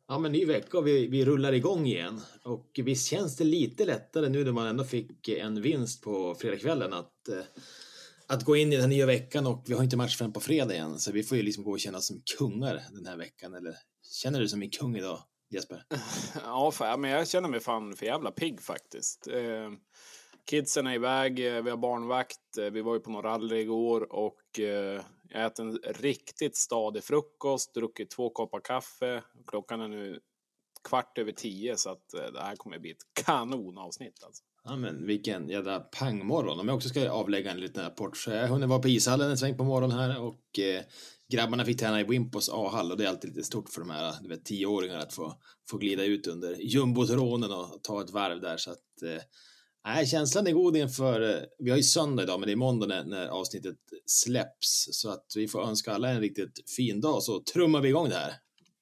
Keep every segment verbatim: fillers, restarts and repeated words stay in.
Ja, men ny vecka och vi, vi rullar igång igen. Och visst känns det lite lättare nu när man ändå fick en vinst på fredagskvällen att, eh, att gå in i den här nya veckan, och vi har inte match förrän på fredag igen. Så vi får ju liksom gå och känna oss som kungar den här veckan. Eller känner du som en kung idag, Jesper? Ja, för, men jag känner mig fan för jävla pigg faktiskt. Eh, kidsen är iväg, eh, vi har barnvakt, eh, vi var ju på någon rally igår och eh, jag äter en riktigt stadig frukost, druckit två koppar kaffe. Klockan är nu kvart över tio, så att eh, det här kommer bli ett kanonavsnitt alltså. Ja, men vilken jävla pangmorgon. Om jag också ska avlägga en liten rapport, så jag hunnit vara på ishallen en sväng på morgonen här, och eh, grabbarna fick träna i Wimpos A-hall, och det är alltid lite stort för de här, du vet, tioåringar att få, få glida ut under jumbotronen och ta ett varv där, så att eh, nej, känslan är god inför, eh, vi har ju söndag idag, men det är måndag när, när avsnittet släpps, så att vi får önska alla en riktigt fin dag, så trummar vi igång det här.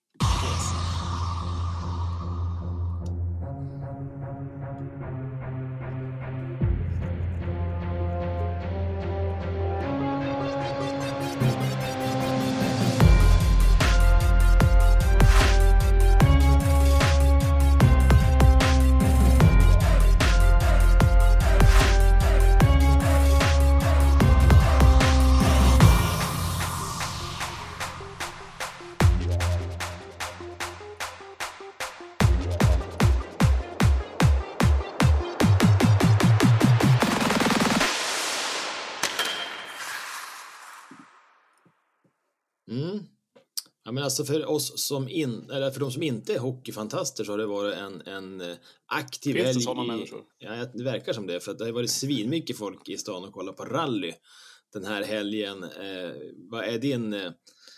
Mm. Ja, men alltså för oss som in, eller för de som inte är hockeyfantaster, så har det varit en, en aktiv Finns det helg sådana i, människor? ja, det verkar som det, för att det har varit svinmycket folk i stan och kollat på rally den här helgen. Eh, vad är din eh,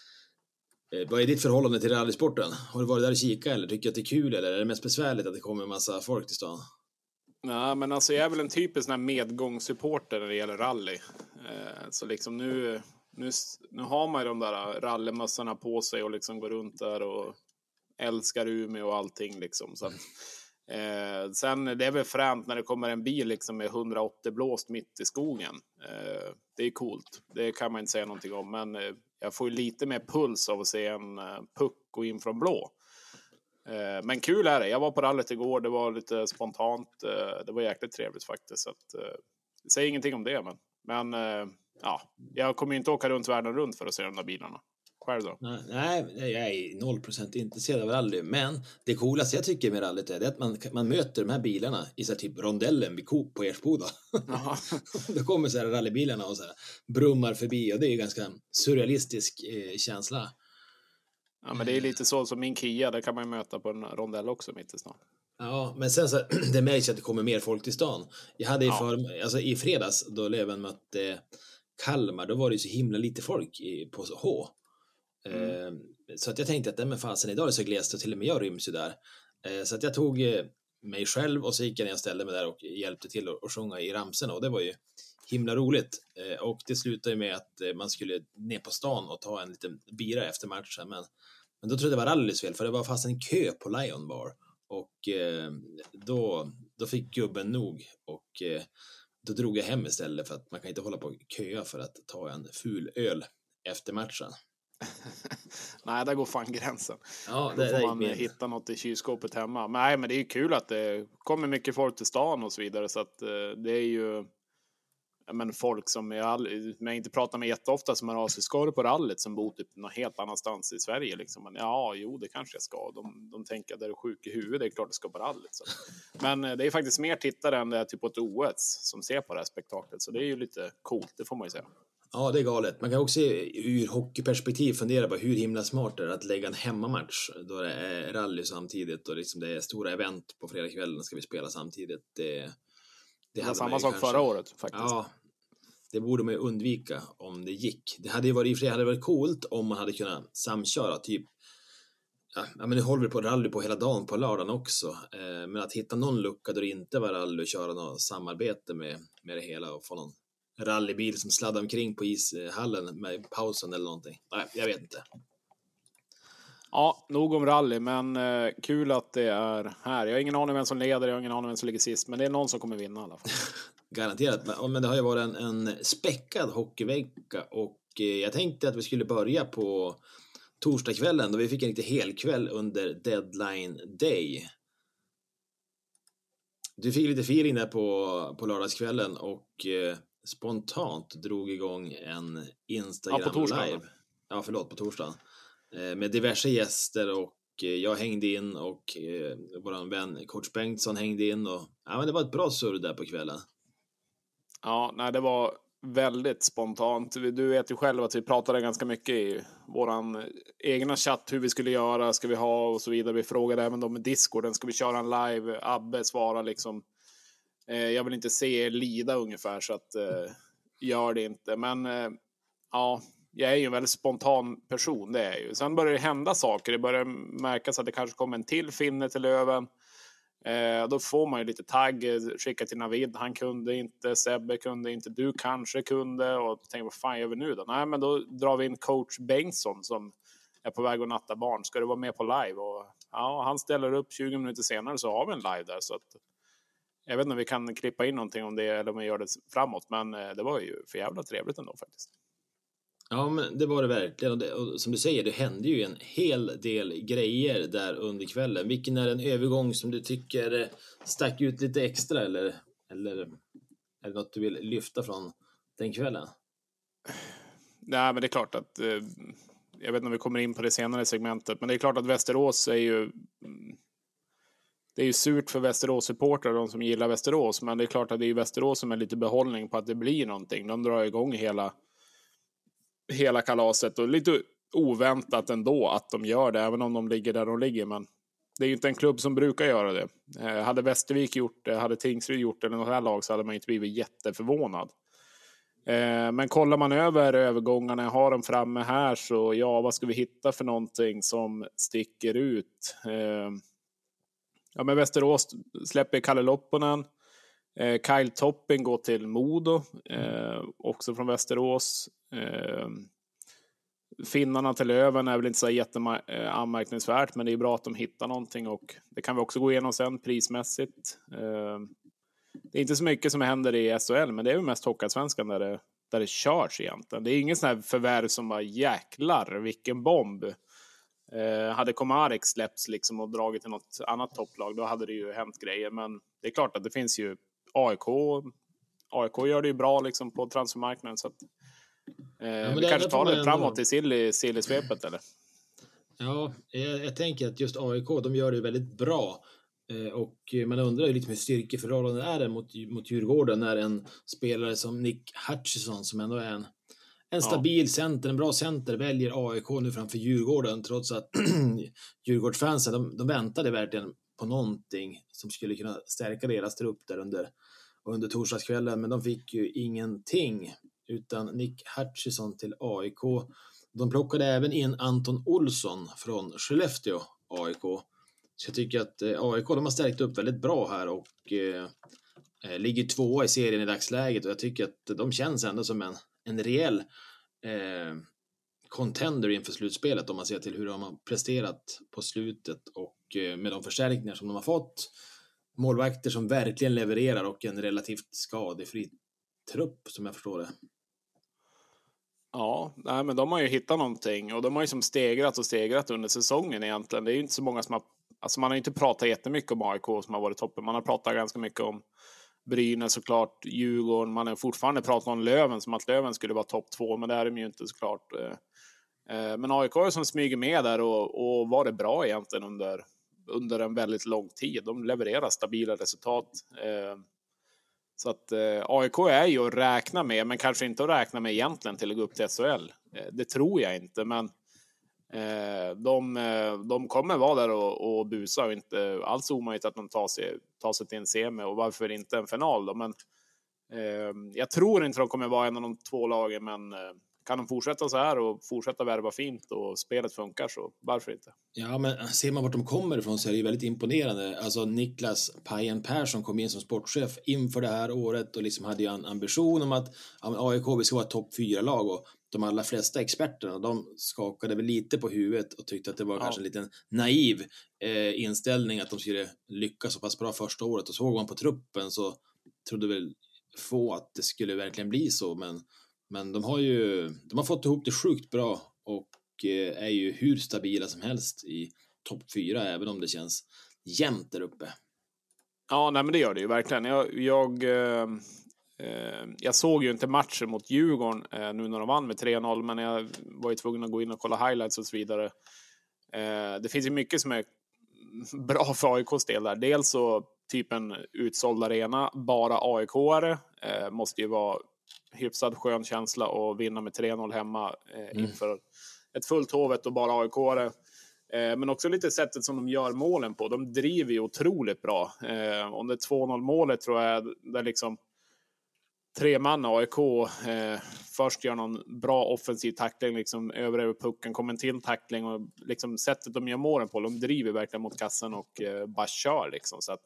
vad är ditt förhållande till rallysporten? Har du varit där och kika, eller tycker att det är kul, eller är det mest besvärligt att det kommer en massa folk till stan? Nej, men alltså jag är väl en typisk sån här medgångssupporter när det gäller rally. Eh, så liksom nu, nu, nu har man ju de där rallymössorna på sig och liksom går runt där och älskar Umeå och allting liksom. Så att, eh, sen det är väl främt när det kommer en bil liksom med hundraåttio blåst mitt i skogen. Eh, det är coolt, det kan man inte säga någonting om, men eh, jag får ju lite mer puls av att se en eh, puck gå in från blå. Men kul är det. Jag var på rallyt igår. Det var lite spontant. Det var jäkligt trevligt faktiskt. Så att, jag säger ingenting om det. Men, men ja, jag kommer inte åka runt världen runt för att se de där bilarna. Själv då? Nej, jag är noll procent intresserad av rally. Men det coolaste jag tycker med rallyt är att man, man möter de här bilarna i så här typ rondellen vid Coop på Ersboda. Då kommer så här rallybilarna och så här brummar förbi. Och det är ju ganska surrealistisk eh, känsla. Ja, men det är lite så som min Kia, där kan man möta på en rondell också mitt i stan. Ja, men sen så det märks att det kommer mer folk till stan. Jag hade i, ja. för, alltså, i fredags då Löven mötte Kalmar, då var det ju så himla lite folk i, på H. Mm. Eh, så att jag tänkte att men fasen, idag är det så glest och till och med jag ryms ju där. Eh, så att jag tog eh, mig själv och så gick jag ner och ställde mig där och hjälpte till att, att sjunga i ramserna, och det var ju himla roligt. Eh, och det slutade med att eh, man skulle ner på stan och ta en liten bira efter matchen, men Men då trodde jag det var rallys fel, för det var fast en kö på Lion Bar. Och eh, då, då fick gubben nog. Och eh, då drog jag hem istället, för att man kan inte hålla på och köa för att ta en ful öl efter matchen. Nej, där går fan gränsen. Ja, det, då får man det hitta något i kylskåpet hemma. Nej, men det är ju kul att det kommer mycket folk till stan och så vidare. Så att eh, det är ju... Men folk som jag, all, jag inte pratar med jätteofta som är av sig, ska du på rallyt, som bor typ någon helt annanstans i Sverige liksom. Men ja, jo, det kanske jag ska. De, de tänker att det är sjuk i huvudet, det är klart det ska på rallyt. Så. Men det är faktiskt mer tittare än det är typ på ett O S som ser på det här spektaklet. Så det är ju lite coolt, det får man ju säga. Ja, det är galet. Man kan också ur hockeyperspektiv fundera på hur himla smart det är att lägga en hemmamatch då det är rally samtidigt och liksom det är stora event på fredagskvällen, ska vi spela samtidigt. Det Det var samma sak kanske förra året faktiskt. Ja, det borde man ju undvika om det gick. Det hade ju varit, i och för sig hade varit coolt om man hade kunnat samköra typ, ja, men nu håller vi på rally på hela dagen på lördagen också. Eh, men att hitta någon lucka då det inte var rally och köra något samarbete med, med det hela och få någon rallybil som sladdar omkring på ishallen med pausen eller någonting. Nej, jag vet inte. Ja, nog om rally, men eh, kul att det är här. Jag har ingen aning vem som leder, jag har ingen aning vem som ligger sist, men det är någon som kommer vinna i alla fall. Garanterat, men det har ju varit en, en späckad hockeyvecka, och eh, jag tänkte att vi skulle börja på torsdagskvällen då vi fick en riktig helkväll under deadline day. Du fick lite feeling där på, på lördagskvällen och eh, spontant drog igång en Instagram ja, på torsdagen. live. Ja, förlåt, på torsdagen. Eh, med diverse gäster och eh, jag hängde in och eh, vår vän coach Bengtsson hängde in. Och, ja, men det var ett bra surr där på kvällen. Ja, nej, det var väldigt spontant. Du vet ju själv att vi pratade ganska mycket i våran egna chatt hur vi skulle göra, ska vi ha och så vidare. Vi frågade även dem med Discorden, ska vi köra en live? Abbe svarar liksom, eh, jag vill inte se er lida ungefär, så att eh, gör det inte. Men eh, ja, jag är ju en väldigt spontan person, det är jag ju. Sen börjar det hända saker, det börjar märkas att det kanske kommer en till finne till Löven. Eh, då får man ju lite tagg, skicka till Navid, han kunde inte, Sebbe kunde inte, du kanske kunde, och tänker vad fan gör vi nu då? Nej, men då drar vi in coach Bengtsson som är på väg att natta barn, ska du vara med på live? Och ja, han ställer upp tjugo minuter senare, så har vi en live där, så att jag vet inte om vi kan klippa in någonting om det eller om vi gör det framåt, men eh, det var ju för jävla trevligt ändå faktiskt. Ja, men det var det verkligen. Och, det, och som du säger, det hände ju en hel del grejer där under kvällen. Vilken är en övergång som du tycker stack ut lite extra, eller, eller är det något du vill lyfta från den kvällen? Nej, men det är klart att eh, jag vet inte om vi kommer in på det senare segmentet, men det är klart att Västerås är ju det är ju surt för Västerås-supportrar, de som gillar Västerås, men det är klart att det är Västerås som är lite behållning på att det blir någonting. De drar igång hela hela kalaset, och lite oväntat ändå att de gör det, även om de ligger där de ligger, men det är ju inte en klubb som brukar göra det. Eh, hade Västervik gjort det, hade Tingsryd gjort det eller något här lag, så hade man inte blivit jätteförvånad. Eh, men kollar man över övergångarna, jag har dem framme här, så ja, vad ska vi hitta för någonting som sticker ut? Eh, ja, men Västerås släpper Kalle Lopponen. Eh, Kyle Topping går till Modo, eh, också från Västerås. Eh, Finnarna till Löven är väl inte så jätteanmärkningsvärt, men det är bra att de hittar någonting, och det kan vi också gå igenom sen prismässigt. Eh, det är inte så mycket som händer i S H L, men det är ju mest Hockeyallsvenskan där det, där det körs egentligen. Det är ingen sån här förvärv som bara jäklar, vilken bomb. Eh, hade Komarek släppts liksom och dragit till något annat topplag, då hade det ju hänt grejer, men det är klart att det finns ju A I K A I K gör det ju bra liksom på transfermarknaden, så att eh, ja, vi kanske tar det ändå framåt i silly, silly-svepet, eller? Ja, jag, jag tänker att just A I K, de gör det väldigt bra, eh, och man undrar ju lite hur styrkeförhållanden är det mot, mot Djurgården, när en spelare som Nick Hutchison, som ändå är en En stabil ja. center, en bra center, väljer A I K nu framför Djurgården, trots att Djurgårdsfansen, de, de väntade verkligen på någonting som skulle kunna stärka deras trupp där under, under torsdagskvällen, men de fick ju ingenting, utan Nick Hutchison till A I K. De plockade även in Anton Olsson från Skellefteå A I K. Så jag tycker att A I K, de har stärkt upp väldigt bra här och eh, ligger tvåa i serien i dagsläget, och jag tycker att de känns ändå som en en rejäl eh, contender inför slutspelet, om man ser till hur de har presterat på slutet och eh, med de förstärkningar som de har fått. Målvakter som verkligen levererar och en relativt skadefri trupp, som jag förstår det. Ja, nej, men de har ju hittat någonting, och de har ju som stegrat och stegrat under säsongen egentligen. Det är ju inte så många som har, alltså man har inte pratat jättemycket om A I K som har varit toppen. Man har pratat ganska mycket om Brynäs såklart, Djurgården, man har fortfarande pratat om Löven som att Löven skulle vara topp två, men det är de ju inte såklart. Men A I K som smyger med där och, och var det bra egentligen under, under en väldigt lång tid. De levererar stabila resultat. Så att A I K är ju att räkna med, men kanske inte att räkna med egentligen till att gå upp till S H L. Det tror jag inte, men de, de kommer vara där och, och busa, och inte alls omöjligt att de tar sig, tar sig till en semi, och varför inte en final då, men eh, jag tror inte de kommer vara en av de två lagen, men eh, kan de fortsätta så här och fortsätta värva fint och spelet funkar, så varför inte? Ja, men ser man vart de kommer ifrån så är det ju väldigt imponerande. Alltså Niklas Pajen Persson kom in som sportchef inför det här året och liksom hade ju en ambition om att ja, A I K vi ska vara topp fyra lag, och de allra flesta experterna, de skakade väl lite på huvudet och tyckte att det var ja. kanske en liten naiv eh, inställning att de skulle lyckas så pass bra första året, och såg man på truppen så trodde väl få att det skulle verkligen bli så, men, men de har ju de har fått ihop det sjukt bra, och är ju hur stabila som helst i topp fyra, även om det känns jämnt där uppe. Ja, nej men det gör det ju verkligen. Jag, jag, eh, jag såg ju inte matchen mot Djurgården eh, nu när de vann med tre noll, men jag var ju tvungen att gå in och kolla highlights och så vidare. Eh, det finns ju mycket som är bra för A I K:s del där. Dels så typ en utsåld arena, bara A I K-are. Eh, måste ju vara hyfsad skön känsla att vinna med tre noll hemma eh, inför mm. ett fullt Hovet och bara A I K-are. Eh, men också lite sättet som de gör målen på. De driver ju otroligt bra. Eh, om det är två noll målet tror jag, där liksom tre man A I K eh, först gör någon bra offensiv tackling, liksom över över pucken, kommer en till tackling och liksom sättet de gör målen på, de driver verkligen mot kassen och eh, bara kör liksom. Så att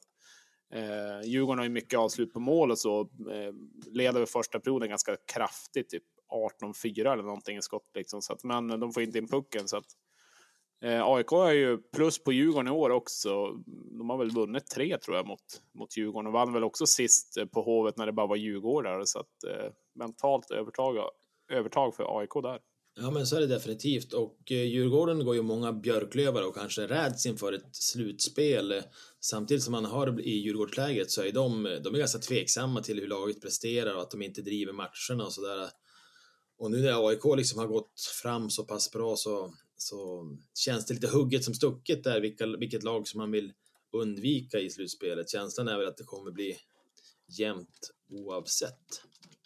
eh, Djurgården har ju mycket avslut på mål och så eh, leder vid första perioden ganska kraftigt, typ arton fyra eller någonting i skott liksom. Så att, men de får inte in pucken, så att eh, A I K är ju plus på Djurgården i år också. De har väl vunnit tre tror jag mot, mot Djurgården och vann väl också sist på Hovet när det bara var Djurgårdare, så att eh, mentalt övertag, övertag för A I K där. Ja, men så är det definitivt, och eh, Djurgården går ju många björklövar och kanske räds inför ett slutspel. Samtidigt som man har i Djurgårdsläget så är de, de är ganska tveksamma till hur laget presterar och att de inte driver matcherna och sådär. Och nu när A I K liksom har gått fram så pass bra så så känns det lite hugget som stucket där vilka, vilket lag som man vill undvika i slutspelet. Känslan är väl att det kommer bli jämnt oavsett.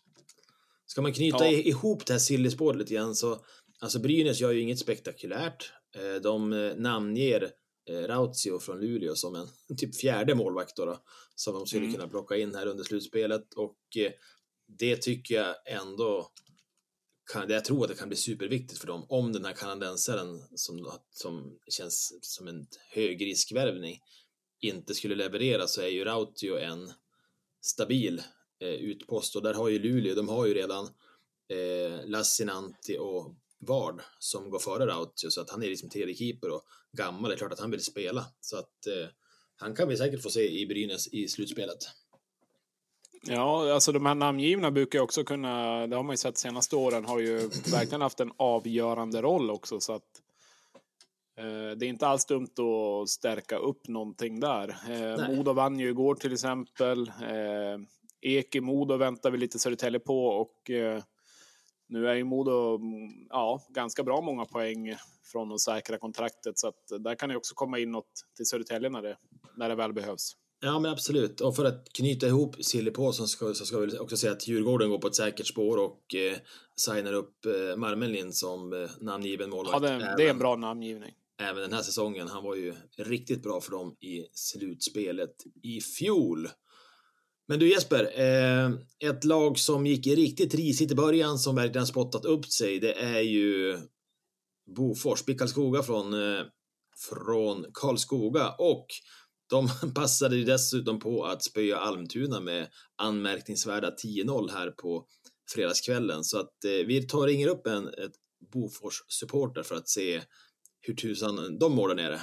Ska man knyta ja. ihop det här sillyspåret lite grann så, alltså Brynäs gör ju inget spektakulärt. De namnger Rautio från Luleå som en typ fjärde målvakt då, då som de skulle mm. kunna plocka in här under slutspelet, och det tycker jag ändå kan, jag tror att det kan bli superviktigt för dem om den här kanadensaren som, som känns som en högriskvärvning inte skulle leverera, så är ju Rautio en stabil eh, utpost, och där har ju Luleå, de har ju redan eh, Lassinantti och Vard som går före Rautio, så att han är liksom tredje keeper och gammal, det är klart att han vill spela, så att eh, han kan vi säkert få se i Brynäs i slutspelet. Ja, alltså de här namngivna brukar ju också kunna, det har man ju sett senaste åren, har ju verkligen haft en avgörande roll också, så att eh, det är inte alls dumt att stärka upp någonting där. Eh, Modo vann ju igår till exempel. Eh, Ek i Modo väntar vi lite Södertälje på, och eh, nu är ju Modo ja, ganska bra många poäng från att säkra kontraktet, så att där kan det också komma in något till Södertälje när det, när det väl behövs. Ja, men absolut. Och för att knyta ihop Sillypåsen så ska vi också säga att Djurgården går på ett säkert spår och eh, signar upp eh, Marmelin som eh, namngiven målvakt. Ja, det, även, det är en bra namngivning. Även den här säsongen. Han var ju riktigt bra för dem i slutspelet i fjol. Men du Jesper, eh, ett lag som gick riktigt risigt i början som verkligen spottat upp sig, det är ju Bofors, B I K Karlskoga från, eh, från Karlskoga, och de passade ju dessutom på att spöa Almtuna med anmärkningsvärda tio noll här på fredagskvällen. Så att eh, vi tar och ringer upp en ett Bofors-supporter för att se hur tusan de mår där nere.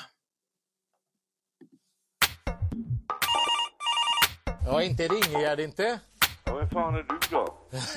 Ja, inte ringer jag det inte. Ja, vem fan är du då?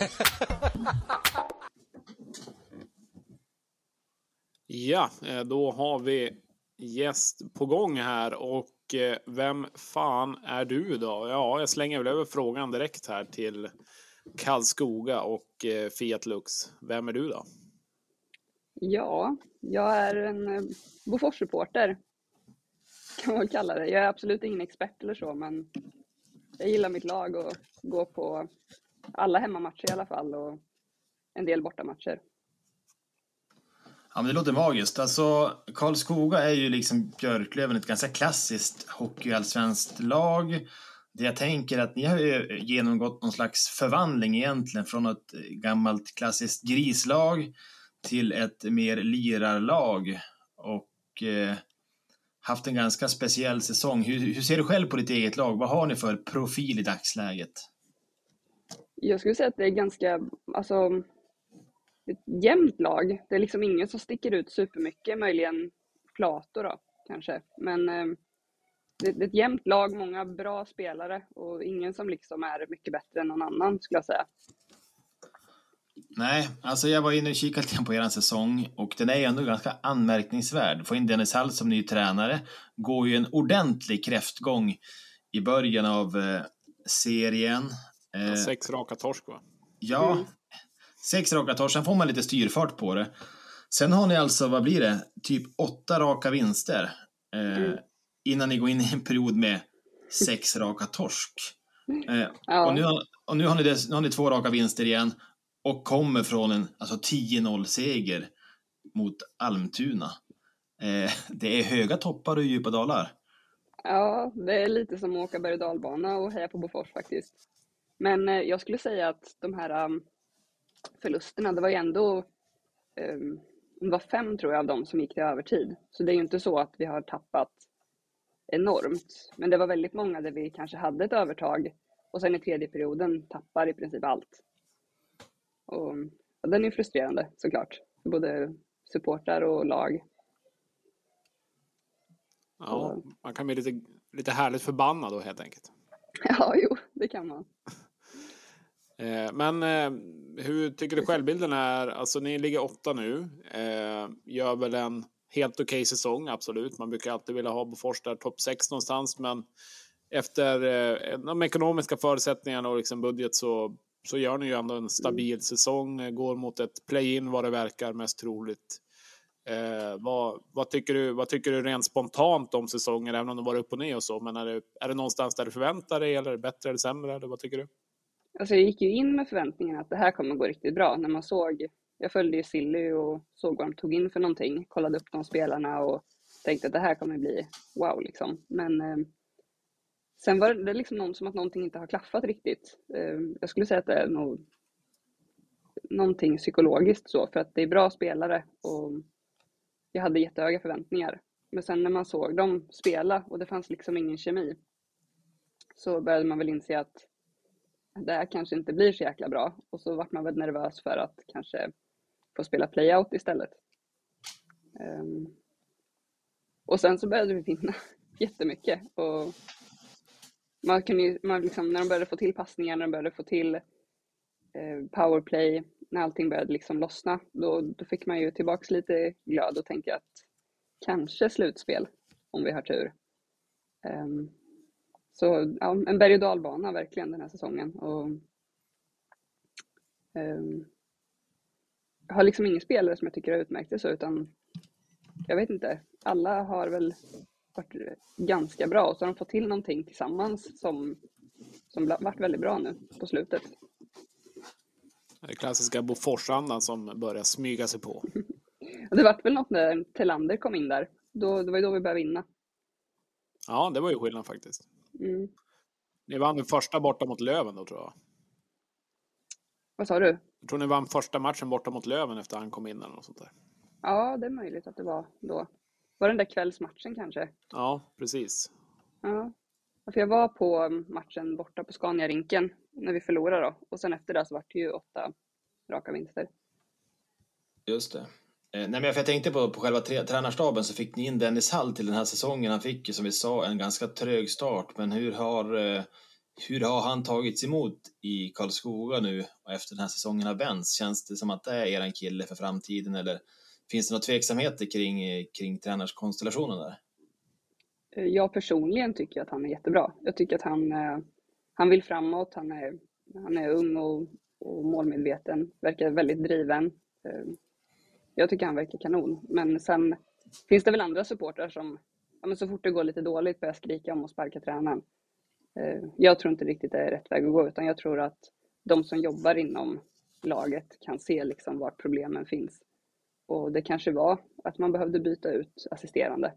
Ja, då har vi gäst på gång här, och vem fan är du då? Ja, jag slänger väl över frågan direkt här till Karlskoga och Fiat Lux. Vem är du då? Ja, jag är en Bofors-supporter, kan man kalla det. Jag är absolut ingen expert eller så, men jag gillar mitt lag och går på alla hemmamatcher i alla fall och en del bortamatcher. Ja, men det låter magiskt. Alltså, Karlskoga är ju liksom Björklöven, ett ganska klassiskt hockeyallsvenskt lag. Det jag tänker att ni har ju genomgått någon slags förvandling egentligen från ett gammalt klassiskt grislag till ett mer lirarlag, och eh, haft en ganska speciell säsong. Hur, hur ser du själv på ditt eget lag? Vad har ni för profil i dagsläget? Jag skulle säga att det är ganska, alltså, ett jämnt lag. Det är liksom ingen som sticker ut supermycket, möjligen Plato då kanske. Men eh, det, det är ett jämnt lag, många bra spelare och ingen som liksom är mycket bättre än någon annan, skulle jag säga. Nej, alltså jag var inne och kikade lite på er säsong och den är ju ändå ganska anmärkningsvärd. Få in Dennis Hall som ny tränare, går ju en ordentlig kräftgång i början av eh, serien. Eh, ja, sex raka torsk va? Ja, mm. sex raka torsk, sen får man lite styrfart på det. Sen har ni alltså, vad blir det, typ åtta raka vinster eh, mm. innan ni går in i en period med sex raka torsk. Eh, ja. Och, nu har, och nu har ni des, nu har ni två raka vinster igen. Och kommer från en alltså tio noll-seger mot Almtuna. Eh, det är höga toppar och djupa dalar. Ja, det är lite som att åka berg- och dalbana och heja på Bofors faktiskt. Men eh, jag skulle säga att de här um, förlusterna, det var ju ändå um, det var fem tror jag av dem som gick till övertid. Så det är ju inte så att vi har tappat enormt. Men det var väldigt många där vi kanske hade ett övertag. Och sen i tredje perioden tappar i princip allt. Och, och den är frustrerande såklart. För både supportar och lag. Ja, så. Man kan bli lite, lite härligt förbannad då helt enkelt. Ja, jo, det kan man. Men hur tycker du självbilden är? Alltså ni ligger åtta nu. Gör väl en helt okej okay säsong, absolut. Man brukar alltid vilja ha Bofors där topp sex någonstans. Men efter de ekonomiska förutsättningarna och liksom budget så, så gör ni ju ändå en stabil mm. säsong. Går mot ett play-in vad det verkar mest troligt. Eh, vad, vad, tycker du, vad tycker du rent spontant om säsongen, även om det var upp och ner och så? Men är det, är det någonstans där du förväntar dig, eller är det bättre eller sämre? Eller vad tycker du? Alltså jag gick ju in med förväntningen att det här kommer gå riktigt bra. När man såg, jag följde ju Silly och såg vad de tog in för någonting. Kollade upp de spelarna och tänkte att det här kommer bli wow liksom. Men eh, sen var det liksom någon, som att någonting inte har klaffat riktigt. Eh, jag skulle säga att det är nog någonting psykologiskt så. För att det är bra spelare och jag hade jättehöga förväntningar. Men sen när man såg dem spela och det fanns liksom ingen kemi, så började man väl inse att det här kanske inte blir så jäkla bra. Och så var man väl nervös för att kanske få spela playout istället. Um, och sen så började vi vinna jättemycket. Och man kunde ju, man liksom, när de började få till passningar, när de började få till eh, powerplay, när allting började liksom lossna, då, då fick man ju tillbaks lite glöd och tänkte att kanske slutspel om vi har tur. Um, Så ja, en berg- och dalbana verkligen den här säsongen. Och, um, jag har liksom ingen spelare som jag tycker har utmärkt det så, utan jag vet inte. Alla har väl varit ganska bra och så har de fått till någonting tillsammans som, som varit väldigt bra nu på slutet. Det klassiska Boforsandan som börjar smyga sig på. Det var väl något när Telander kom in där. Då, det var ju då vi började vinna. Ja, det var ju skillnad faktiskt. Mm. Ni vann den första borta mot Löven då, tror jag. Vad sa du? Jag tror ni vann första matchen borta mot Löven efter han kom in eller något sånt där. Ja, det är möjligt att det var då. Var den där kvällsmatchen kanske? Ja, precis. Ja, för jag var på matchen borta på Scania-rinken när vi förlorade då. Och sen efter det så var det ju åtta raka vinster. Just det. Nej, men jag tänkte på, på själva tre, tränarstaben, så fick ni in Dennis Hall till den här säsongen. Han fick ju som vi sa en ganska trög start, men hur har, hur har han tagits emot i Karlskoga nu och efter den här säsongen har vänts? Känns det som att det är er kille för framtiden, eller finns det några tveksamheter kring, kring tränarkonstellationen där? Jag personligen tycker att han är jättebra. Jag tycker att han, han vill framåt, han är, han är ung och, och målmedveten, verkar väldigt driven. Jag tycker han verkar kanon. Men sen finns det väl andra supportrar som, ja, men så fort det går lite dåligt börjar skrika om att sparka tränaren. Jag tror inte riktigt det är rätt väg att gå, utan jag tror att de som jobbar inom laget kan se liksom vart problemen finns. Och det kanske var att man behövde byta ut assisterande.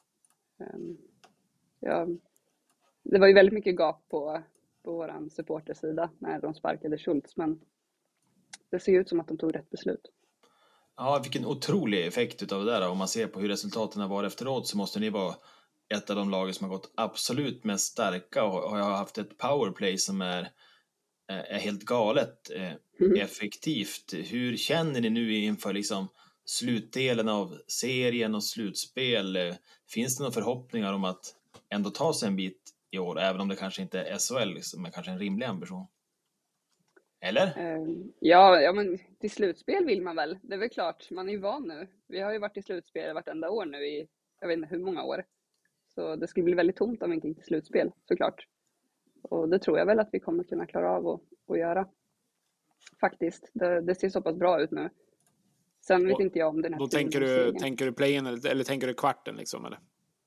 Ja, det var ju väldigt mycket gap på, på vår supportersida när de sparkade Schultz, men det ser ut som att de tog rätt beslut. Ja, vilken otrolig effekt av det där. Om man ser på hur resultaten har varit efteråt, så måste ni vara ett av de lagen som har gått absolut mest starka och har haft ett powerplay som är, är helt galet mm. effektivt. Hur känner ni nu inför liksom slutdelen av serien och slutspel? Finns det några förhoppningar om att ändå ta sig en bit i år, även om det kanske inte är S H L som är kanske en rimlig ambition? Eller? Eh, ja, ja, men till slutspel vill man väl. Det är väl klart, man är ju van nu. Vi har ju varit i slutspel vartenda år nu i, jag vet inte hur många år. Så det skulle bli väldigt tomt om vi inte gick till slutspel, såklart. Och det tror jag väl att vi kommer kunna klara av att, att göra. Faktiskt, det, det ser så pass bra ut nu. Sen vet Och inte jag om den här Då tänker du, tio-målssegern. tänker du play-in eller, eller tänker du kvarten liksom, eller?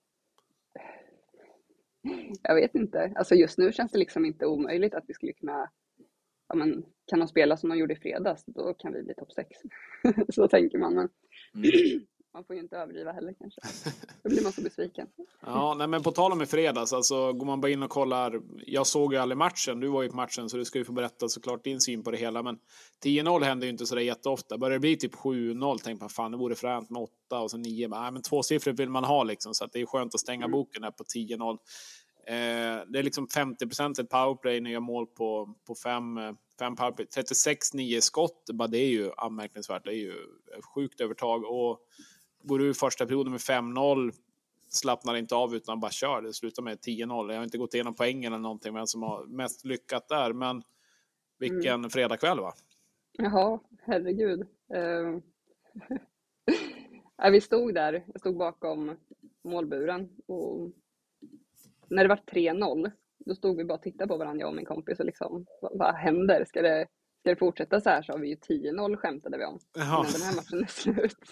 Jag vet inte. Alltså just nu känns det liksom inte omöjligt att vi skulle kunna, ja men kan de spela som de gjorde i fredags, då kan vi bli topp sex. Så tänker man, men Mm. man får ju inte överdriva heller kanske. Då blir man så besviken. Ja, nej, men på tal om i fredags, alltså går man bara in och kollar, jag såg ju aldrig matchen, du var ju på matchen så du ska ju få berätta såklart din syn på det hela, men tio noll händer ju inte så där jätteofta. Börjar det bli typ sju noll, tänker man fan det vore fränt med åtta och så nio, nej men två siffror vill man ha liksom, så att det är skönt att stänga boken här på tio noll. Eh, det är liksom femtio procent ett powerplay, nya mål på, på fem, fem powerplay, trettiosex nio skott, bara det är ju anmärkningsvärt, det är ju sjukt övertag, och går ur första perioden med fem noll, slappnar inte av utan bara kör, det slutar med tio noll. Jag har inte gått igenom poängen eller någonting, vem som har mest lyckat där, men vilken mm. fredagkväll, va? Jaha, herregud. Uh... ja, vi stod där, jag stod bakom målburen och när det var tre noll, då stod vi bara och tittade på varandra, jag och min kompis, och liksom, vad, vad händer? Ska det, ska det fortsätta så här, så har vi ju tio noll skämtade vi om. Jaha. Innan den här matchen är slut.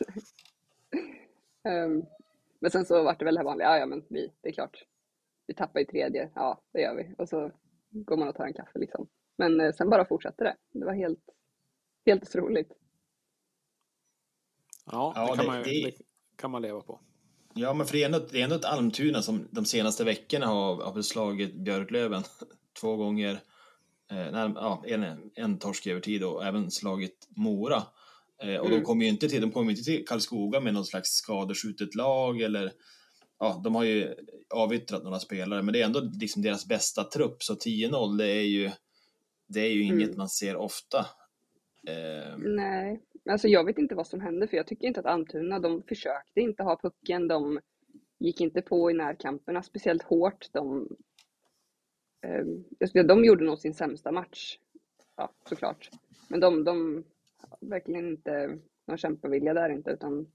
um, men sen så var det väl det här vanliga, ja, ja men vi, det är klart, vi tappar i tredje, ja det gör vi. Och så går man och tar en kaffe liksom. Men eh, sen bara fortsatte det. Det var helt, helt otroligt. Ja, det, ja, kan, det, man, det... det kan man leva på. Ja, men för det är ändå, det är ändå ett Almtuna som de senaste veckorna har, har beslagit Björklöven två gånger. Eh, när, ja, en, en torsk över tid och även slagit Mora. Eh, och mm. de kommer ju inte till, de kommer inte till Karlskoga med någon slags skadeskjutet lag eller ja, de har ju avyttrat några spelare, men det är ändå liksom deras bästa trupp, så tio noll det är ju det är ju inget mm. man ser ofta. Eh... Nej, alltså jag vet inte vad som hände, för jag tycker inte att Almtuna, de försökte inte ha pucken, de gick inte på i närkamperna speciellt hårt, de eh, de gjorde nog sin sämsta match, ja såklart, men de, de verkligen inte någon kämpavilja där inte, utan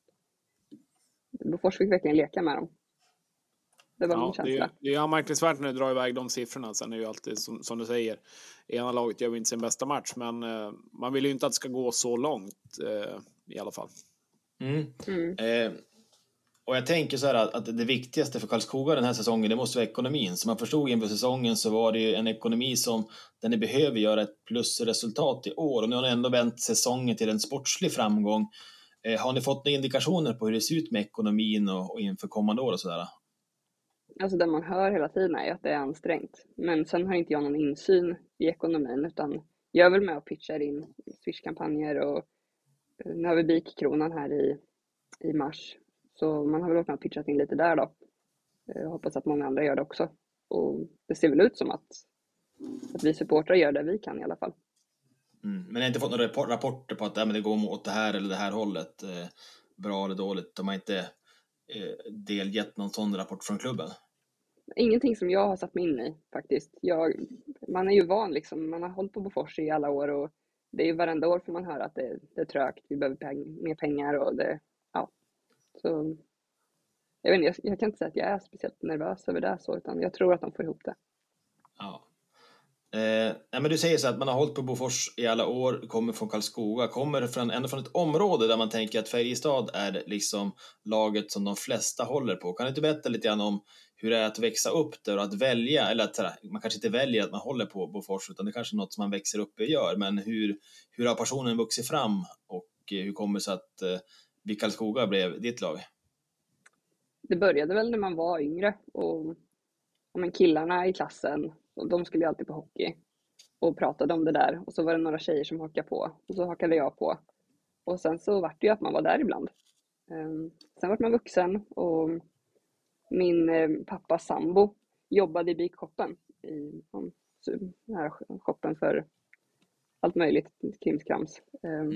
Bofors fick verkligen leka med dem. Det var ja, det är, det är anmärkningsvärt när du drar iväg de siffrorna. Sen är det ju alltid som, som du säger, ena laget gör inte sin bästa match, men eh, man vill ju inte att det ska gå så långt eh, i alla fall. Mm. Mm. Eh, och jag tänker så här att, att det viktigaste för Karlskoga den här säsongen, det måste vara ekonomin. Som man förstod inför säsongen så var det ju en ekonomi som den behöver göra ett plusresultat i år, och nu har ni ändå vänt säsongen till en sportslig framgång. Eh, har ni fått några indikationer på hur det ser ut med ekonomin och, och inför kommande år och sådär? Alltså det man hör hela tiden är att det är ansträngt. Men sen har inte jag någon insyn i ekonomin, utan jag är väl med och pitchar in Swish-kampanjer, och nu har vi BIK-kronan här i, i mars. Så man har väl varit med och pitchat in lite där då. Jag hoppas att många andra gör det också. Och det ser väl ut som att, att vi supportrar gör det vi kan i alla fall. Mm. Men jag har inte fått några rapporter på att äh, men det går åt det här eller det här hållet. Eh, bra eller dåligt. De har inte eh, delgett någon sån rapport från klubben. Ingenting som jag har satt mig in i faktiskt. Jag, man är ju van liksom. Man har hållit på Bofors i alla år, och det är ju varenda år får man höra att det, det är trögt. Vi behöver peng, mer pengar och det, ja. Så jag vet inte, jag, jag kan inte säga att jag är speciellt nervös över det så, utan jag tror att de får ihop det. Ja. Eh, nej, men du säger så att man har hållit på Bofors i alla år, kommer från Karlskoga, kommer från, ändå från ett område där man tänker att Färjestad är liksom laget som de flesta håller på. Kan du inte berätta lite grann om hur det är att växa upp där och att välja, eller att man kanske inte väljer att man håller på Bofors, utan det är kanske något som man växer upp och gör, men hur, hur har passionen vuxit fram och hur kommer det sig att eh, Karlskoga blev ditt lag? Det började väl när man var yngre, och, och men killarna i klassen, och de skulle ju alltid på hockey och pratade om det där, och så var det några tjejer som hakade på, och så hakade jag på, och sen så var det ju att man var där ibland. Um, sen var man vuxen, och min eh, pappa sambo jobbade i BIK-shoppen, i um, den här shoppen för allt möjligt, krimskrams. Um, mm.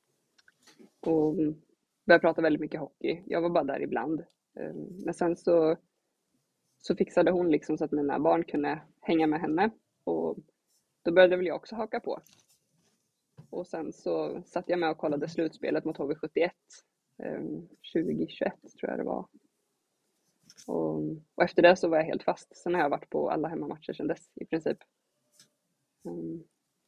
Och började prata väldigt mycket hockey. Jag var bara där ibland. Um, men sen så så fixade hon liksom så att mina barn kunde hänga med henne, och då började väl jag också haka på. Och sen så satt jag med och kollade slutspelet mot H V sjuttioett eh, tjugohundratjugoett tror jag det var. Och, och efter det så var jag helt fast. Sen har jag varit på alla hemmamatcher sedan dess i princip. Mm.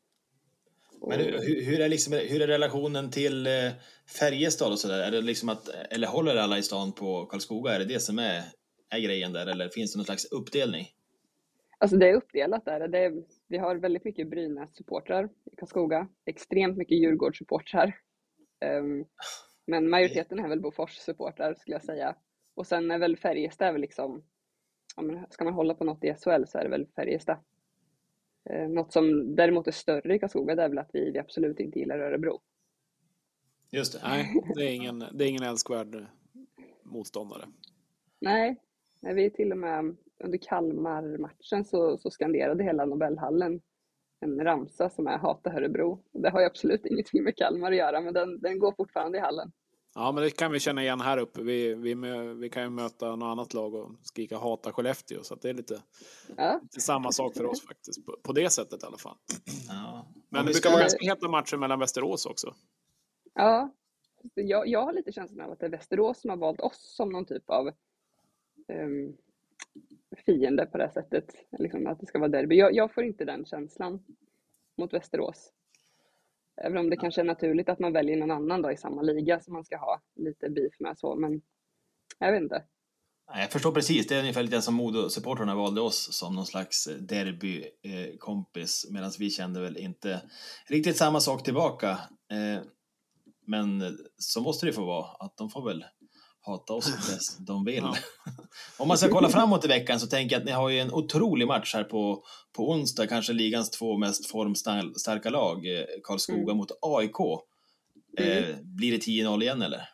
Men hur, hur, är liksom, hur är relationen till eh, Färjestad och sådär? Är det liksom att, eller håller alla i stan på Karlskoga? Är det det som är, är grejen där? Eller finns det någon slags uppdelning? Alltså det är uppdelat där. Det är, vi har väldigt mycket Brynäs-supportrar i Karlskoga. Extremt mycket Djurgårds-supportrar. Um, men majoriteten är väl Bofors-supportrar skulle jag säga. Och sen är väl Färjestad är väl liksom, ja, men ska man hålla på något i S H L så är det väl Färjestad. Uh, något som däremot är större i Karlskoga det är väl att vi, vi absolut inte gillar Örebro. Just det. Nej, det är ingen, det är ingen älskvärd motståndare. Nej, när vi till och med under Kalmar-matchen så, så skanderade hela Nobelhallen en ramsa som är Hata Örebro. Det har ju absolut ingenting med Kalmar att göra, men den, den går fortfarande i hallen. Ja, men det kan vi känna igen här uppe. Vi, vi, vi kan ju möta något annat lag och skrika Hata Skellefteå, så att det är lite, ja. lite samma sak för oss faktiskt. På, på det sättet i alla fall. Ja. Men det brukar vara ganska heta matcher mellan Västerås också. Ja, jag, jag har lite känslan av att det är Västerås som har valt oss som någon typ av um, fiende på det här sättet. Liksom att det ska vara derby. Jag, jag får inte den känslan mot Västerås. Även om det kanske är naturligt att man väljer någon annan då i samma liga som man ska ha lite beef med så. Men jag vet inte. Jag förstår precis. Det är ungefär lite som Modo-supporterna valde oss som någon slags derby-kompis. Medan vi kände väl inte riktigt samma sak tillbaka. Men så måste det få vara. Att de får väl hata oss bäst de vill. Ja. Om man ska kolla framåt i veckan så tänker jag att ni har ju en otrolig match här på, på onsdag. Kanske ligans två mest formstarka lag. Karlskoga mm. mot A I K. Mm. Eh, blir det tio noll igen eller?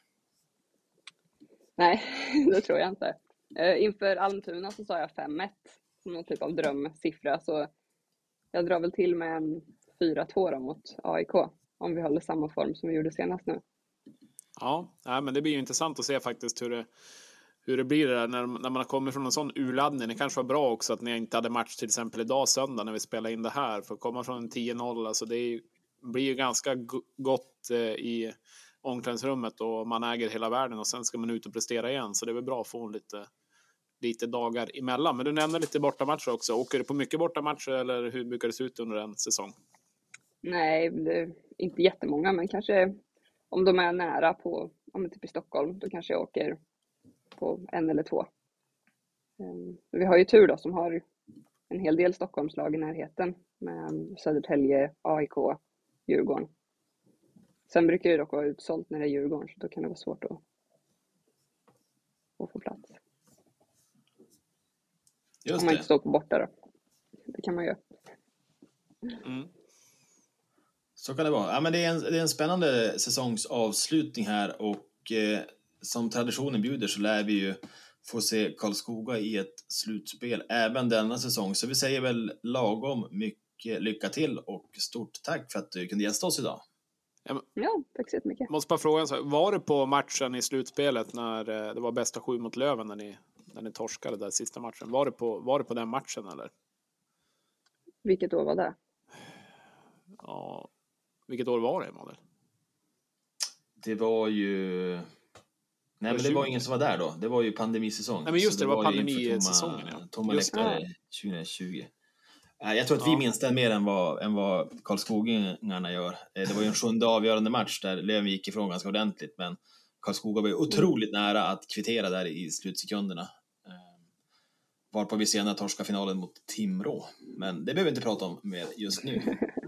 Nej, det tror jag inte. Eh, inför Almtuna så sa jag fem ett. Som någon typ av drömsiffra. Så jag drar väl till med en fyra två mot A I K. Om vi håller samma form som vi gjorde senast nu. Ja, men det blir ju intressant att se faktiskt hur det, hur det blir där när, när man har kommit från en sån urladdning. Det kanske var bra också att ni inte hade match till exempel idag söndag när vi spelar in det här. För att komma från en tio noll, alltså det är, blir ju ganska gott eh, i omklädningsrummet och man äger hela världen och sen ska man ut och prestera igen. Så det är väl bra att få lite, lite dagar emellan. Men du nämnde lite bortamatcher också. Åker du på mycket bortamatcher eller hur brukar det se ut under en säsong? Nej, det, inte jättemånga, men kanske om de är nära på, om typ i Stockholm, då kanske jag åker på en eller två. Um, vi har ju tur då som har en hel del Stockholmslag i närheten med Södertälje, A I K, Djurgården. Sen brukar det dock vara utsålt när det är Djurgården, så då kan det vara svårt att, att få plats. Just om man det. Inte står på borta då. Det kan man göra. Mm. Så kan det vara. Ja, men det, är en, det är en spännande säsongsavslutning här och eh, som traditionen bjuder så lär vi ju få se Karlskoga i ett slutspel även denna säsong. Så vi säger väl lagom mycket lycka till och stort tack för att du kunde gästa oss idag. Ja, tack så jättemycket. Jag måste bara fråga, var det på matchen i slutspelet när det var bästa sju mot Löven när ni, när ni torskade där sista matchen? Var det på, var det på den matchen eller? Vilket år var det? Ja, vilket år var det, Emanuel? Det var ju... Nej, men det var ingen som var där då. Det var ju pandemisäsong. Nej, men just det, det var, var pandemisäsongen. Ja. Tomma läktare tjugo tjugo. Jag tror att vi ja. minns den mer än vad, än vad Karlskogingarna gör. Det var ju en sjunde avgörande match där Löven gick ifrån ganska ordentligt. Men Karlskoga var ju otroligt mm. nära att kvittera där i slutsekunderna. Varpå vi senare torskade finalen mot Timrå. Men det behöver vi inte prata om mer just nu.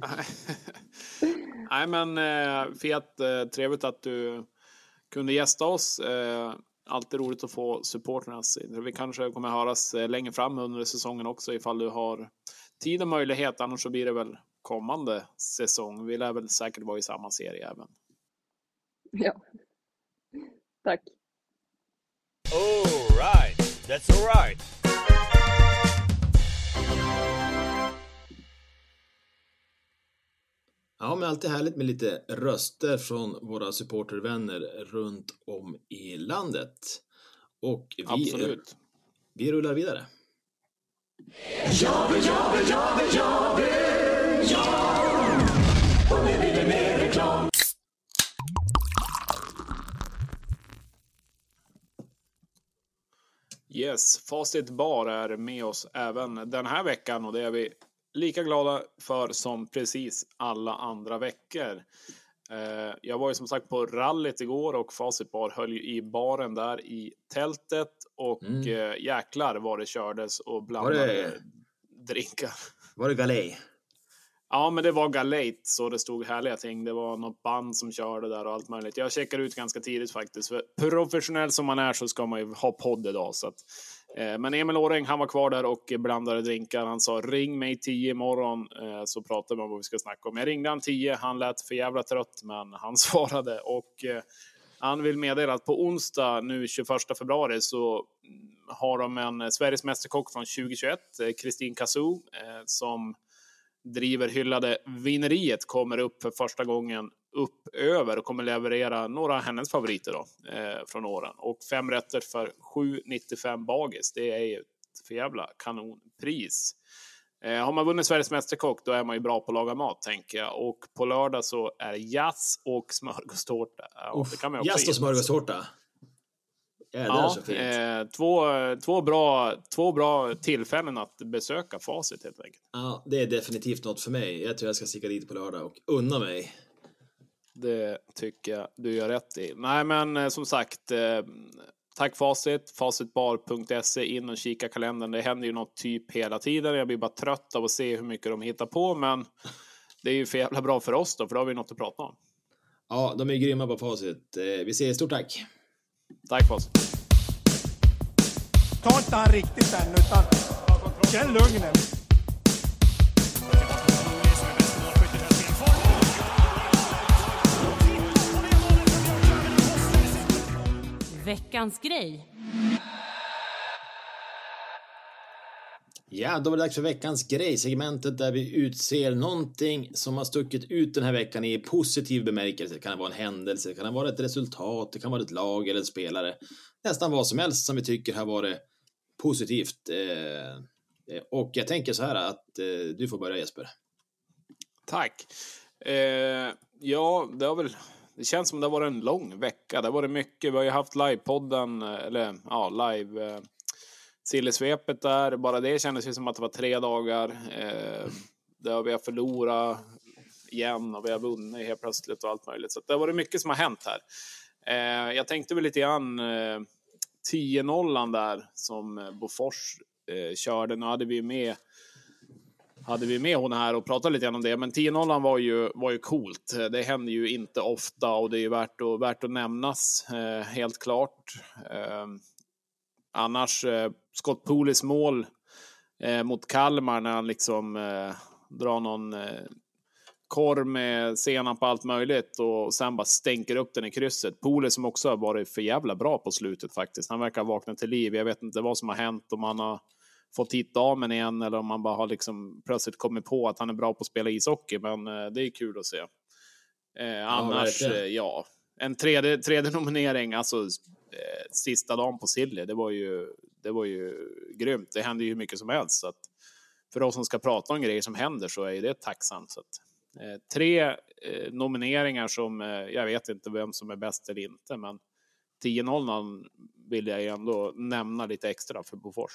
Nej, men eh, fet, eh, trevligt att du kunde gästa oss. Eh, alltid roligt att få supporternas. Vi kanske kommer höras eh, längre fram under säsongen också ifall du har tid och möjlighet. Annars så blir det väl kommande säsong. Vi lär väl säkert vara i samma serie även. Ja, tack. All right, that's all right. Ja, men alltid härligt med lite röster från våra supportervänner runt om i landet. Och vi, Absolut. vi rullar vidare. Ja, ja, ja, ja, ja. Och det blir mer reklam. Yes, Facit Bar är med oss även den här veckan och det är vi lika glada för som precis alla andra veckor. Eh, jag var ju som sagt på rallyt igår och Facit Bar höll ju i baren där i tältet och mm. eh, jäklar vad det kördes och blandade var det... drinkar. Var det galej? Ja, men det var galejt så det stod härliga ting. Det var något band som körde där och allt möjligt. Jag checkade ut ganska tidigt faktiskt. För professionell som man är så ska man ju ha podd idag. Så att, eh, men Emil Åring, han var kvar där och blandade drinkar. Han sa ring mig tio imorgon eh, så pratar vi om vad vi ska snacka om. Jag ringde han tio, han lät för jävla trött men han svarade. Och eh, han vill meddela att på onsdag nu tjugoförsta februari så har de en Sveriges mästerkock från tjugohundratjugoett, Kristin Kassou, eh, som driver hyllade vineriet, kommer upp för första gången upp över och kommer leverera några av hennes favoriter då, eh, från åren. Och fem rätter för sju nittiofem bagis. Det är ju ett för jävla kanonpris. Eh, har man vunnit Sveriges mästerkock då är man ju bra på att laga mat, tänker jag. Och på lördag så är det jazz och smörgåstårta. Ja, det kan man också jazz och smörgåstårta. Ja, eh, två, två, bra, två bra tillfällen att besöka Facit helt enkelt. Ja, det är definitivt något för mig. Jag tror jag ska sticka dit på lördag och unna mig. Det tycker jag du gör rätt i. Nej, men eh, som sagt, eh, tack Facit. Facitbar punkt se, in och kika kalendern. Det händer ju något typ hela tiden. Jag blir bara trött av att se hur mycket de hittar på, men det är ju för jävla bra för oss då, för då har vi något att prata om. Ja, de är grymma på Facit. Vi säger stort tack. Tack Facit. Ta inte han riktigt än, utan känn lugnen. Veckans grej. Ja, då var det dags för veckans grej, segmentet där vi utser någonting som har stuckit ut den här veckan i positiv bemärkelse. Det kan vara en händelse, det kan vara ett resultat, det kan vara ett lag eller en spelare. Nästan vad som helst som vi tycker har varit positivt. Och jag tänker så här att du får börja, Jesper. Tack. Eh, ja, det har väl... Det känns som det har varit en lång vecka. Det har varit mycket. Vi har ju haft livepodden, eller ja, live... Eh, Sillesvepet där, bara det kändes ju som att det var tre dagar. Eh, där vi har förlorat igen och vi har vunnit helt plötsligt och allt möjligt. Så det har varit mycket som har hänt här. Eh, jag tänkte väl lite grann eh, tio noll där som Bofors eh, körde. Nu hade vi med hade vi med hon här och pratade lite grann om det. Men tio noll var ju, var ju coolt. Det händer ju inte ofta och det är ju värt att, värt att nämnas eh, helt klart. Eh, Annars eh, Scott Poulis mål eh, mot Kalmar när han liksom eh, drar någon eh, korv med senan på allt möjligt och sen bara stänker upp den i krysset. Poulis som också har varit för jävla bra på slutet faktiskt. Han verkar vakna till liv. Jag vet inte vad som har hänt, om han har fått hit damen igen eller om han bara har liksom plötsligt kommit på att han är bra på att spela ishockey. Men eh, det är kul att se. Eh, annars, ja, eh, ja. En tredje, tredje nominering, alltså eh, sista dagen på Silly, det var ju det var ju grymt. Det händer ju hur mycket som helst, så att för oss som ska prata om grejer som händer så är det tacksamt. Så att, eh, tre eh, nomineringar som eh, jag vet inte vem som är bäst eller inte, men tio noll vill jag ändå nämna lite extra för Bofors.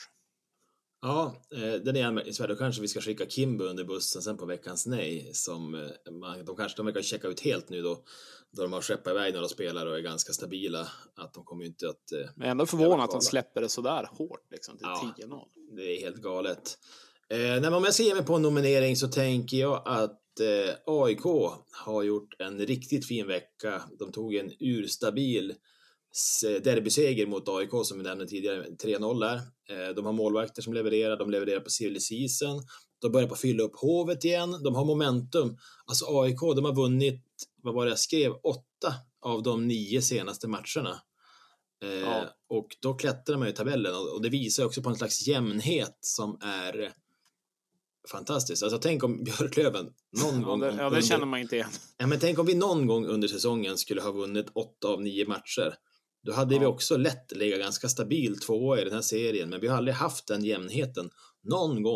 Ja, den är anmärkningsvärd. Då kanske vi ska skicka Kimbo under bussen sen på veckans nej. Som man, de kanske de verkar checka ut helt nu då. Då de har skeppat iväg några spelare och är ganska stabila. Att de kommer inte att... Men ändå förvånat att de släpper det så där hårt liksom, till ja, tio noll. Det är helt galet. Eh, när man ser mig på en nominering så tänker jag att eh, A I K har gjort en riktigt fin vecka. De tog en urstabil derbyseger mot A I K som vi nämnde tidigare, tre noll där. De har målvakter som levererar, de levererar på silly season. De börjar på att fylla upp hovet igen. De har momentum. Alltså A I K, de har vunnit, vad var det jag skrev, åtta av de nio senaste matcherna. Ja. Och då klättrar man i tabellen och det visar också på en slags jämnhet som är fantastiskt. Alltså tänk om Björklöven någon ja, gång... Det, ja, det under, känner man inte igen. Ja, men tänk om vi någon gång under säsongen skulle ha vunnit åtta av nio matcher. Då hade ja. vi också lätt legat ganska stabilt två år i den här serien. Men vi har aldrig haft den jämnheten någon gång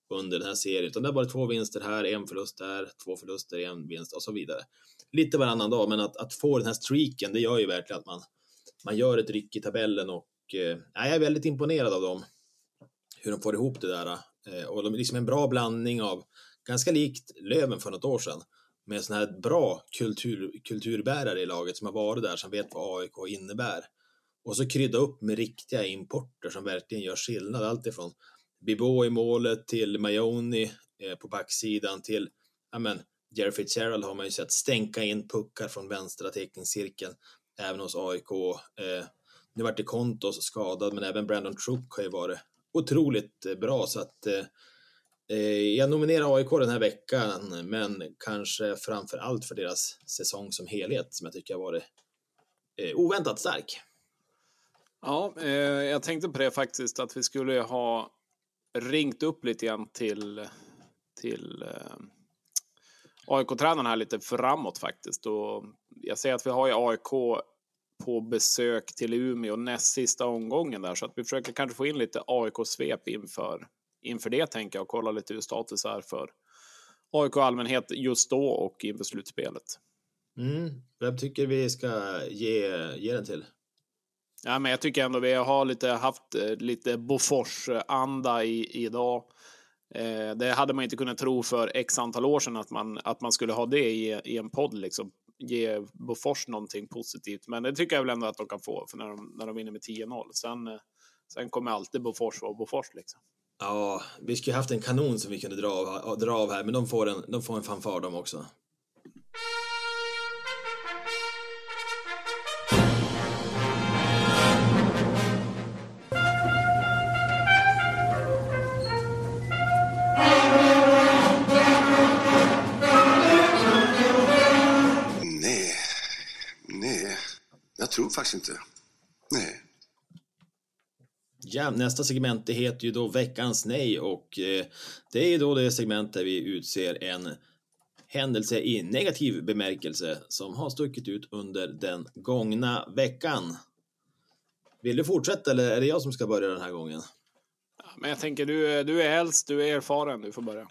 under den här serien. Utan det har varit två vinster här, en förlust där, två förluster, en vinst och så vidare. Lite varannan dag, men att, att få den här streaken, det gör ju verkligen att man, man gör ett ryck i tabellen. Och eh, jag är väldigt imponerad av dem. Hur de får ihop det där. Eh, och de är liksom en bra blandning av, ganska likt Löven för något år sedan, med såna här bra kultur, kulturbärare i laget som har varit där, som vet vad A I K innebär. Och så krydda upp med riktiga importer som verkligen gör skillnad. Allt ifrån Bibo i målet till Maioni eh, på backsidan till, ja men, Jerry Fitzgerald har man ju sett stänka in puckar från vänstra teckningscirkeln även hos A I K. Eh, nu vart det Kontos skadad, men även Brandon Trook har ju varit otroligt eh, bra. Så att eh, jag nominerar A I K den här veckan, men kanske framför allt för deras säsong som helhet, som jag tycker har varit eh, oväntat stark. Ja, eh, jag tänkte på det faktiskt, att vi skulle ha ringt upp lite grann till, till eh, A I K-tränaren här lite framåt faktiskt. Och jag säger att vi har ju A I K på besök till Umeå näst sista omgången där, så att vi försöker kanske få in lite A I K-svep inför inför det, tänker jag, och kolla lite hur status är för A I K-allmänhet just då och inför slutspelet. Mm. Vem tycker vi ska ge, ge den till? Ja, men jag tycker ändå vi har lite, haft lite Bofors-anda i, idag. Eh, det hade man inte kunnat tro för x antal år sedan, att man, att man skulle ha det i, i en podd, liksom. Ge Bofors någonting positivt. Men det tycker jag väl ändå att de kan få, för när de, när de vinner med tio noll. Sen, sen kommer alltid Bofors vara Bofors, liksom. Ja, vi skulle haft en kanon som vi kunde dra av, dra av här, men de får en, de får en fanfar de också. Nej, nej, jag tror faktiskt inte. Nej. Ja, nästa segment, det heter ju då veckans nej, och eh, det är ju då det segment där vi utser en händelse i negativ bemärkelse som har stuckit ut under den gångna veckan. Vill du fortsätta, eller är det jag som ska börja den här gången? Ja, men jag tänker, du, du är äldst, du är erfaren, du får börja.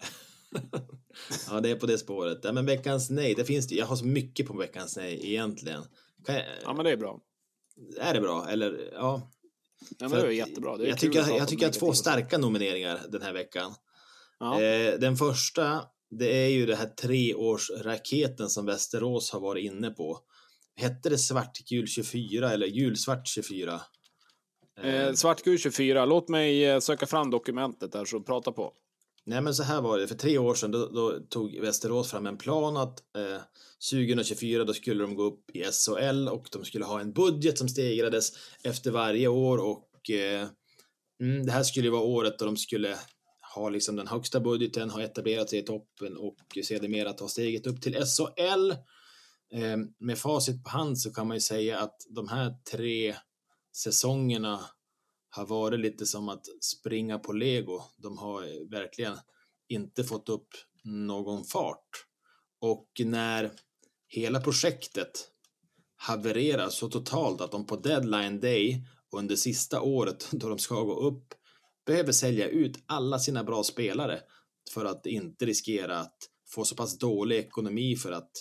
Ja, det är på det spåret. Ja, men veckans nej, det finns det. Jag har så mycket på veckans nej egentligen. Kan jag... Ja, men det är bra. Är det bra? Eller, ja... Ja, men det är jättebra. Det är jag kul tycker, att jag tycker att två starka nomineringar den här veckan. Ja. Eh, den första, det är ju det här treårsraketen som Västerås har varit inne på. Hette det svartgul tjugofyra eller gulsvart tjugofyra? Eh, eh, svartgul tjugofyra. Låt mig söka fram dokumentet där, så prata på. Nej, men så här var det. För tre år sedan då, då tog Västerås fram en plan att eh, tjugohundratjugofyra då skulle de gå upp i S H L och de skulle ha en budget som stegrades efter varje år, och eh, mm, det här skulle ju vara året då de skulle ha liksom den högsta budgeten, ha etablerat sig i toppen och sedermera ta steget upp till S H L. Eh, med facit på hand så kan man ju säga att de här tre säsongerna har varit lite som att springa på Lego. De har verkligen inte fått upp någon fart. Och när hela projektet havererar så totalt att de på deadline day under sista året då de ska gå upp behöver sälja ut alla sina bra spelare för att inte riskera att få så pass dålig ekonomi för att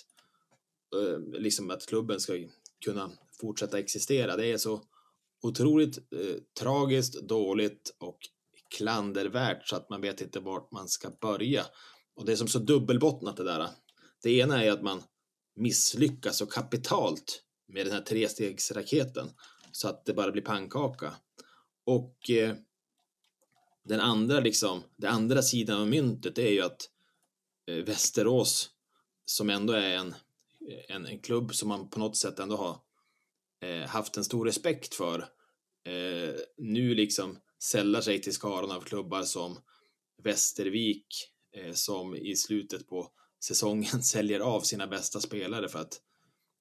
eh, liksom att klubben ska kunna fortsätta existera. Det är så otroligt eh, tragiskt, dåligt och klandervärt så att man vet inte vart man ska börja. Och det är som så dubbelbottnat det där. Det ena är att man misslyckas så kapitalt med den här trestegsraketen så att det bara blir pannkaka. Och eh, den andra liksom, den andra sidan av myntet är ju att eh, Västerås, som ändå är en, en, en klubb som man på något sätt ändå har eh, haft en stor respekt för, eh, nu liksom sällar sig till skaran av klubbar som Västervik, eh, som i slutet på säsongen säljer av sina bästa spelare för att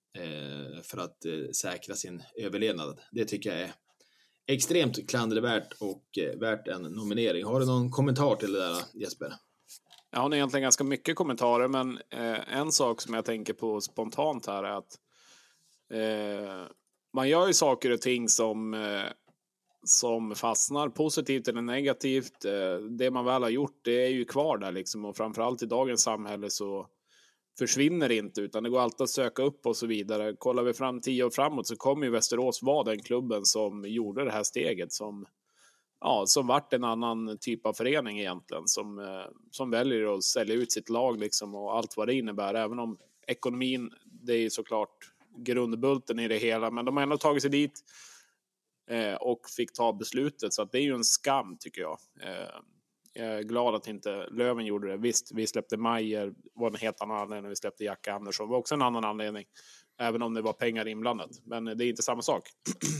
eh, för att eh, säkra sin överlevnad. Det tycker jag är extremt klandervärt och eh, värt en nominering. Har du någon kommentar till det där, Jesper? Jag har egentligen ganska mycket kommentarer, men eh, en sak som jag tänker på spontant här är att eh, man gör ju saker och ting som eh, som fastnar positivt eller negativt. Det man väl har gjort, det är ju kvar där liksom, och framförallt i dagens samhälle så försvinner det inte, utan det går alltid att söka upp och så vidare. Kollar vi fram tio år framåt så kommer ju Västerås vara den klubben som gjorde det här steget, som ja, som vart en annan typ av förening egentligen, som, som väljer att sälja ut sitt lag liksom, och allt vad det innebär, även om ekonomin, det är ju såklart grundbulten i det hela, men de har ändå tagit sig dit eh, och fick ta beslutet, så att det är ju en skam tycker jag. Eh, jag är glad att inte Löven gjorde det. Visst, vi släppte Majer, var en helt annan anledning, vi släppte Jack Andersson, var också en annan anledning, även om det var pengar inblandat, men det är inte samma sak.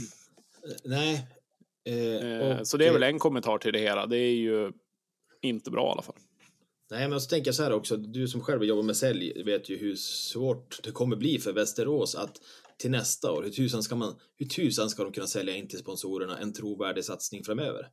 Nej. Eh, och, så det är väl en kommentar till det hela. Det är ju inte bra i alla fall. Nej, men så tänker jag så här också. Du som själv jobbar med sälj vet ju hur svårt det kommer bli för Västerås att till nästa år, hur tusan ska man, hur tusan ska de kunna sälja in till sponsorerna en trovärdig satsning framöver?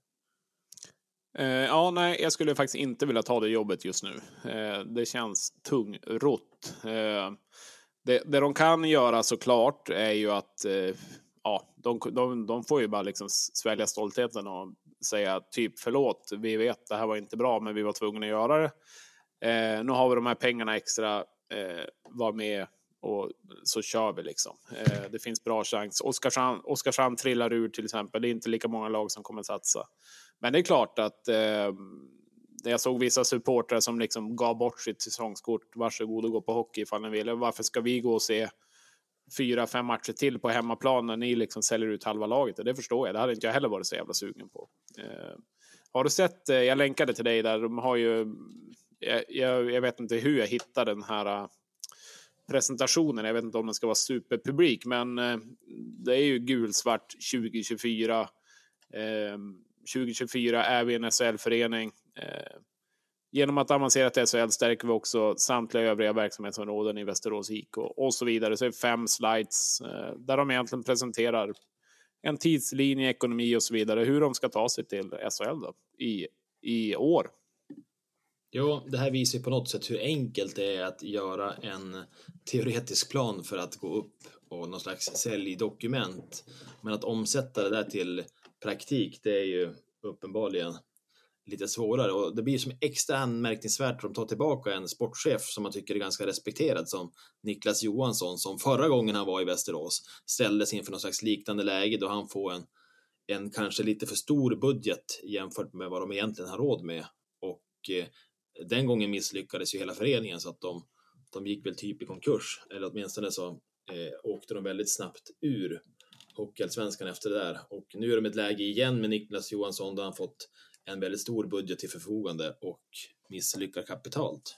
Eh, ja, nej, jag skulle faktiskt inte vilja ta det jobbet just nu. Eh, det känns tungrott. Eh, det, det de kan göra såklart är ju att eh, ja, de, de, de får ju bara liksom svälja stoltheten och säga typ förlåt, vi vet det här var inte bra, men vi var tvungna att göra det. Eh, nu har vi de här pengarna extra, eh, var med och så kör vi liksom. Eh, det finns bra chans. Oskarshamn, Oskarshamn trillar ur till exempel. Det är inte lika många lag som kommer att satsa. Men det är klart att eh, jag såg vissa supportrar som liksom gav bort sitt säsongskort. Varsågod och gå på hockey ifall ni vill. Varför ska vi gå och se fyra, fem matcher till på hemmaplan när ni liksom säljer ut halva laget? Det förstår jag. Det hade inte jag heller varit så jävla sugen på. Eh, har du sett, eh, jag länkade till dig där, de har ju, jag, jag, jag vet inte hur jag hittade den här uh, presentationen. Jag vet inte om den ska vara superpublik, men uh, det är ju gulsvart tjugo tjugofyra. Eh, tjugo tjugofyra är vi en S H L-förening. Eh, Genom att avancera till S H L stärker vi också samtliga övriga verksamhetsområden i Västerås I K och så vidare. Så är det fem slides eh, där de egentligen presenterar en tidslinje, ekonomi och så vidare. Hur de ska ta sig till S H L då, i, i år. Jo, det här visar ju på något sätt hur enkelt det är att göra en teoretisk plan för att gå upp och någon slags säljdokument. Men att omsätta det där till praktik, det är ju uppenbarligen lite svårare, och det blir som extra anmärkningsvärt att de tar tillbaka en sportchef som man tycker är ganska respekterad som Niklas Johansson, som förra gången han var i Västerås ställdes inför något slags liknande läge då han får en, en kanske lite för stor budget jämfört med vad de egentligen har råd med, och eh, den gången misslyckades ju hela föreningen så att de, de gick väl typ i konkurs, eller åtminstone så eh, åkte de väldigt snabbt ur Hockeyallsvenskan efter det där, och nu är de ett läge igen med Niklas Johansson då han fått en väldigt stor budget till förfogande och misslyckar kapitalt.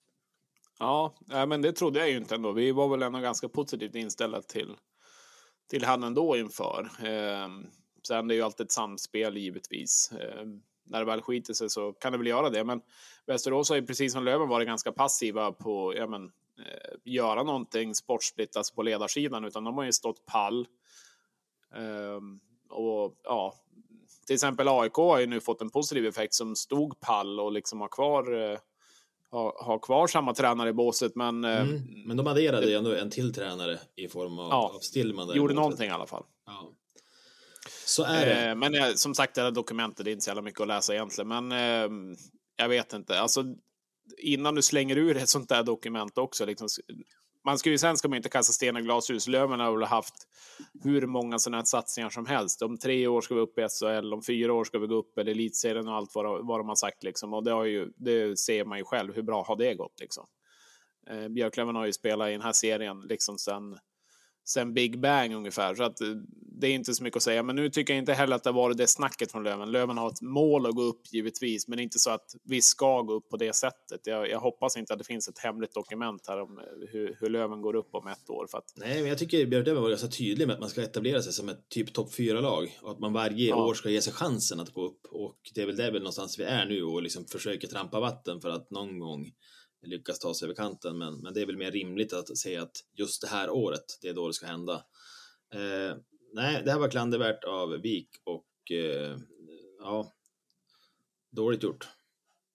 Ja, men det trodde jag ju inte ändå. Vi var väl ändå ganska positivt inställda till, till han ändå inför. Eh, sen det är ju alltid ett samspel givetvis. Eh, när det väl skiter sig så kan det väl göra det. Men Västerås har ju precis som Löven varit ganska passiva på ja, men, eh, göra någonting sportsligt, alltså på ledarsidan, utan de har ju stått pall. Eh, och ja, till exempel A I K har ju nu fått en positiv effekt som stod pall och liksom har kvar eh, har, har kvar samma tränare i båset, men eh, mm, men de adderade ju ändå en till tränare i form av, ja, av Stillman där gjorde någonting i alla fall. Ja. Så är det. Eh, men eh, som sagt, det här dokumentet, det är inte så jävla mycket att läsa egentligen, men eh, jag vet inte, alltså innan du slänger ur ett sånt där dokument också liksom, man ska ju sen ska man inte kasta sten i glashus. Löven har väl haft hur många sådana här satsningar som helst. Om tre år ska vi upp i S H L, om fyra år ska vi gå upp i elitserien och allt vad, vad de har sagt liksom. Och det har ju, det ser man ju själv, hur bra har det gått liksom. Eh, Björklöven har ju spelat i den här serien liksom sen, sen Big Bang ungefär, så att det är inte så mycket att säga, men nu tycker jag inte heller att det var det snacket från Löven. Löven har ett mål att gå upp givetvis, men inte så att vi ska gå upp på det sättet. Jag, jag hoppas inte att det finns ett hemligt dokument här om hur, hur Löven går upp om ett år. För att... Nej, men jag tycker Björklöven var ganska tydlig med att man ska etablera sig som ett typ topp fyra lag och att man varje ja. år ska ge sig chansen att gå upp, och det är väl där väl någonstans vi är nu och liksom försöker trampa vatten för att någon gång lyckas ta sig över kanten, men, men det är väl mer rimligt att säga att just det här året, det är då det ska hända. Eh, nej, det här var klandervärt av Vik och eh, ja, dåligt gjort.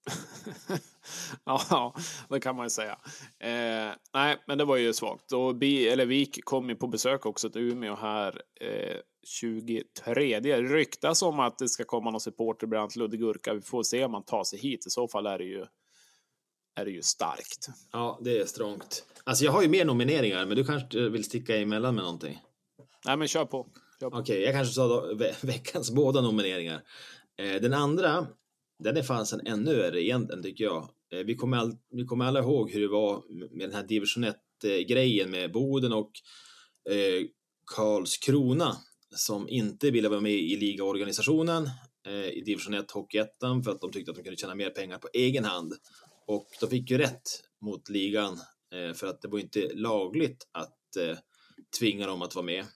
Ja, det kan man ju säga. Eh, nej, men det var ju svagt. Och Bi, eller Vik kom ju på besök också till Umeå här eh, tjugotre. Det ryktas om att det ska komma någon supporter, bland annat Ludde Gurka. Vi får se om man tar sig hit. I så fall är det ju, är det ju starkt. Ja, det är strångt. Alltså jag har ju mer nomineringar, men du kanske vill sticka emellan med någonting? Nej, men kör på. på. Okej, okay, jag kanske sa då, ve- veckans båda nomineringar. Eh, den andra, den är fansen ännu värre egentligen tycker jag. Eh, vi, kommer all, vi kommer alla ihåg hur det var med den här division ett-grejen med Boden och eh, Karlskrona som inte ville vara med i ligaorganisationen eh, i division ett Hockeyettan för att de tyckte att de kunde tjäna mer pengar på egen hand. Och de fick ju rätt mot ligan eh, för att det var inte lagligt att eh, tvinga dem att vara med.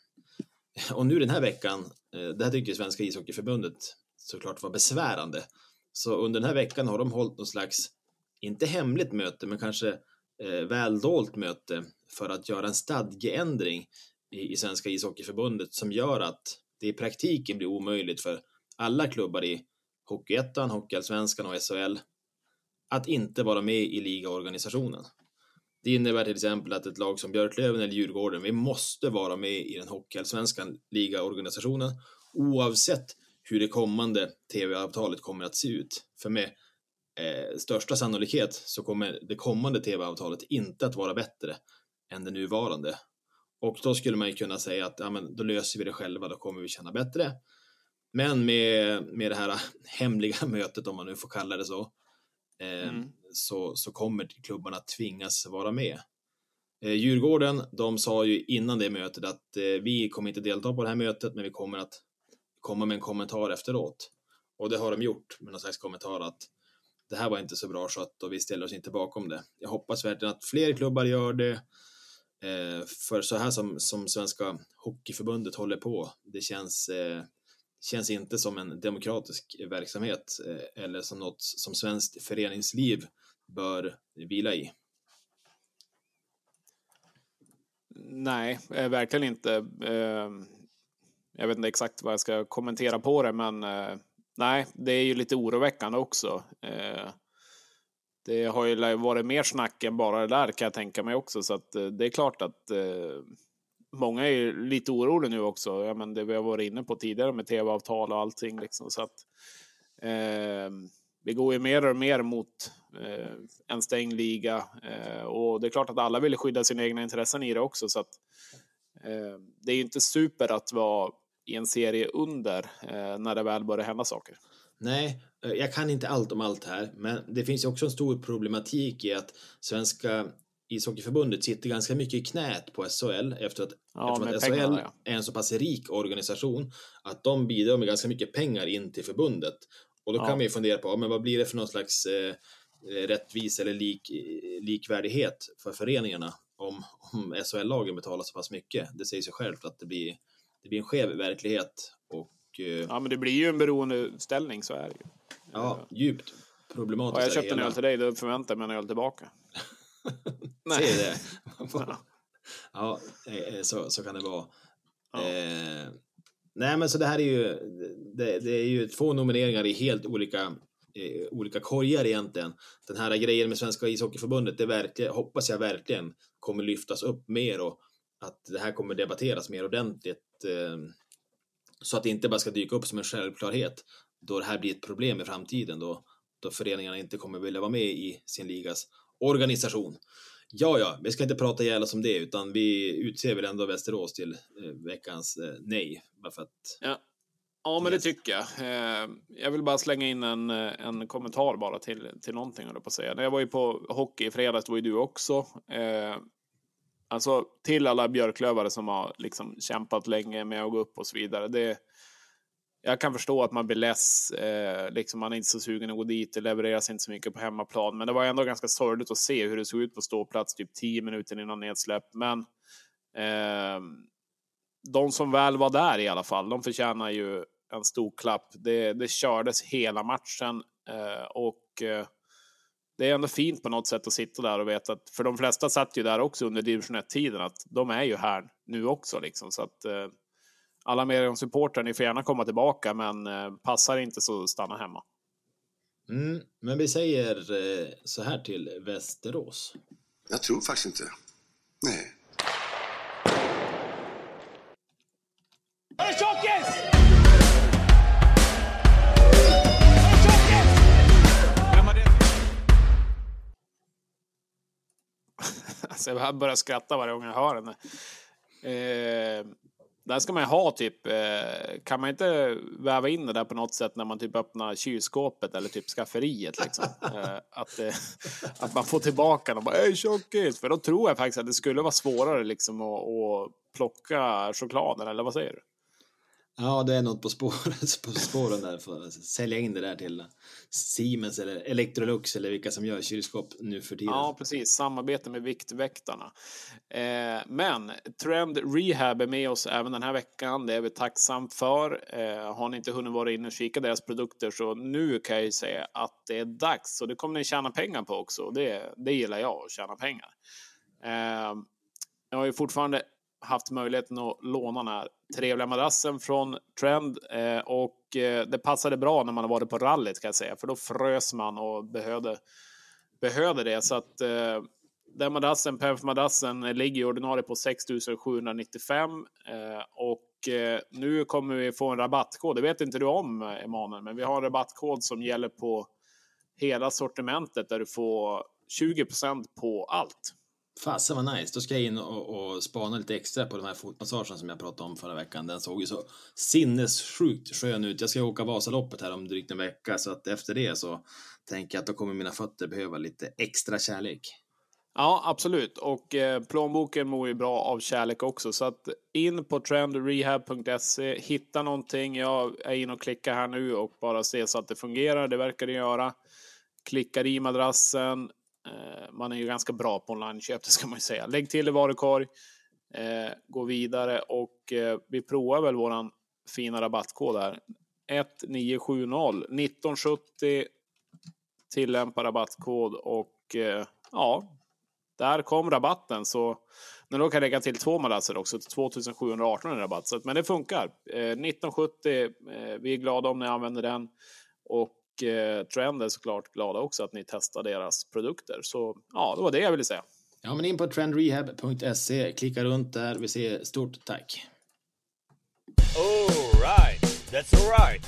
Och nu den här veckan, eh, det här tyckte Svenska ishockeyförbundet såklart var besvärande. Så under den här veckan har de hållit någon slags, inte hemligt möte, men kanske eh, väldolt möte för att göra en stadgeändring i, i Svenska ishockeyförbundet som gör att det i praktiken blir omöjligt för alla klubbar i Hockeyettan, Hockeyallsvenskan och S H L att inte vara med i ligaorganisationen. Det innebär till exempel att ett lag som Björklöven eller Djurgården, vi måste vara med i den Hockeyallsvenskan ligaorganisationen oavsett hur det kommande tv-avtalet kommer att se ut. För med eh, största sannolikhet så kommer det kommande tv-avtalet inte att vara bättre än det nuvarande. Och då skulle man ju kunna säga att ja, men då löser vi det själva, då kommer vi känna bättre. Men med, med det här hemliga mötet, om man nu får kalla det så, eh, mm. så, så kommer klubbarna tvingas vara med. Eh, Djurgården, de sa ju innan det mötet att eh, vi kommer inte delta på det här mötet, men vi kommer att komma med en kommentar efteråt. Och det har de gjort med någon slags kommentar att det här var inte så bra så att då vi ställer oss inte bakom det. Jag hoppas verkligen att fler klubbar gör det. Eh, för så här som, som Svenska Hockeyförbundet håller på, det känns, eh, känns inte som en demokratisk verksamhet eh, eller som något som svenskt föreningsliv bör vila i. Nej, verkligen inte. Eh... Jag vet inte exakt vad jag ska kommentera på det, men eh, nej, det är ju lite oroväckande också. Eh, det har ju varit mer snack än bara det där, kan jag tänka mig också. Så att, eh, det är klart att eh, många är lite oroliga nu också. Ja, men det vi har varit inne på tidigare med tv-avtal och allting. Liksom, så att, eh, vi går ju mer och mer mot eh, en stängd liga. Eh, och det är klart att alla vill skydda sina egna intressen i det också. Så att, eh, det är ju inte super att vara i en serie under eh, när det väl börjar hända saker. Nej, jag kan inte allt om allt här, men det finns ju också en stor problematik i att Svenska ishockeyförbundet sitter ganska mycket i knät på S H L efter att, ja, eftersom att pengarna, S H L ja. är en så pass rik organisation att de bidrar med ganska mycket pengar in till förbundet. Och då kan ja. vi fundera på, men vad blir det för någon slags eh, rättvis eller lik, likvärdighet för föreningarna om, om S H L-lagen betalar så pass mycket? Det säger sig självt att det blir Det blir en skev verklighet och... Ja, men det blir ju en beroendeställning, så är det ju. Ja, djupt problematiskt. Ja, jag köpte en öl till dig, då förväntar jag mig en öl tillbaka. Nej. Säg det. Ja, så, så kan det vara. Ja. Eh, nej, men så det här är ju... Det, det är ju två nomineringar i helt olika, eh, olika korgar egentligen. Den här grejen med Svenska ishockeyförbundet, det verkligen, hoppas jag verkligen kommer lyftas upp mer och att det här kommer debatteras mer ordentligt eh, så att det inte bara ska dyka upp som en självklarhet då det här blir ett problem i framtiden då, då föreningarna inte kommer vilja vara med i sin ligas organisation. Ja, ja, vi ska inte prata ihjäl oss om det utan vi utser väl ändå Västerås till eh, veckans eh, nej. Bara för att... ja. ja, men det tycker jag. Eh, jag vill bara slänga in en, en kommentar bara till, till någonting, jag på att säga. När jag var ju på hockey i fredags, var ju du också. Eh, Alltså till alla björklövare som har liksom kämpat länge med att gå upp och så vidare. Det, jag kan förstå att man blir less. Eh, liksom man är inte så sugen att gå dit. Det levereras inte så mycket på hemmaplan. Men det var ändå ganska sorgligt att se hur det såg ut på ståplats typ tio minuter innan nedsläpp. Men eh, de som väl var där i alla fall, de förtjänar ju en stor klapp. Det, det kördes hela matchen. Eh, och... Eh, Det är ändå fint på något sätt att sitta där och veta att, för de flesta satt ju där också under division ett-tiden, att de är ju här nu också liksom. Så att eh, alla med supportrar, ni får gärna komma tillbaka, men eh, passar inte så stanna hemma. Mm, men vi säger eh, så här till Västerås. Jag tror faktiskt inte. Nej. Alltså jag börjar skratta varje gång jag hör den. Eh, där ska man ju ha typ, eh, kan man inte väva in det där på något sätt när man typ öppnar kylskåpet eller typ skafferiet liksom. Eh, att, eh, att man får tillbaka och bara, ej tjockis. För då tror jag faktiskt att det skulle vara svårare liksom att, att plocka chokladen, eller vad säger du? Ja, det är något på spåren, på spåren där för att sälja in det där till Siemens eller Electrolux eller vilka som gör kylskåp nu för tiden. Ja, precis. Samarbete med Viktväktarna. Eh, men Trend Rehab är med oss även den här veckan. Det är vi tacksamt för. Eh, har ni inte hunnit vara inne och kika deras produkter så nu kan jag ju säga att det är dags. Och det kommer ni tjäna pengar på också. Det, det gillar jag, att tjäna pengar. Eh, jag har ju fortfarande haft möjligheten att låna den här trevliga madrassen från Trend eh, och eh, det passade bra när man har varit på rallyt kan jag säga, för då frös man och behövde, behövde det, så att eh, den madrassen, P F-madrassen ligger i ordinarie på sex tusen sjuhundranittiofem eh, och eh, nu kommer vi få en rabattkod, det vet inte du om Emanuel, men vi har en rabattkod som gäller på hela sortimentet där du får tjugo procent på allt. Fasen var nice, då ska jag in och, och spana lite extra på de här fotmassagen som jag pratade om förra veckan. Den såg ju så sinnessjukt skön ut. Jag ska åka Vasaloppet här om drygt en vecka, så att efter det så tänker jag att då kommer mina fötter behöva lite extra kärlek. Ja, absolut. Och eh, plånboken mår ju bra av kärlek också. Så att in på trend rehab punkt se, hitta någonting. Jag är in och klickar här nu och bara ser så att det fungerar. Det verkar det göra. Klickar i madrassen. Man är ju ganska bra på online-köp, det ska man ju säga. Lägg till i varukorg, eh, gå vidare och eh, vi provar väl våran fina rabattkod här. ett nio sju noll nitton sjuttio tillämpa rabattkod och eh, ja, där kom rabatten. Så när då kan jag lägga till två madrasser också till tvåtusensjuhundraarton i rabatt. Så, men det funkar. Eh, nitton sjuttio, eh, vi är glada om ni använder den och Trend är såklart glada också att ni testar deras produkter. Så ja, det var det jag ville säga. Ja, men in på trend rehab punkt se, klicka runt där, vi ser stort tack. All right, that's all right.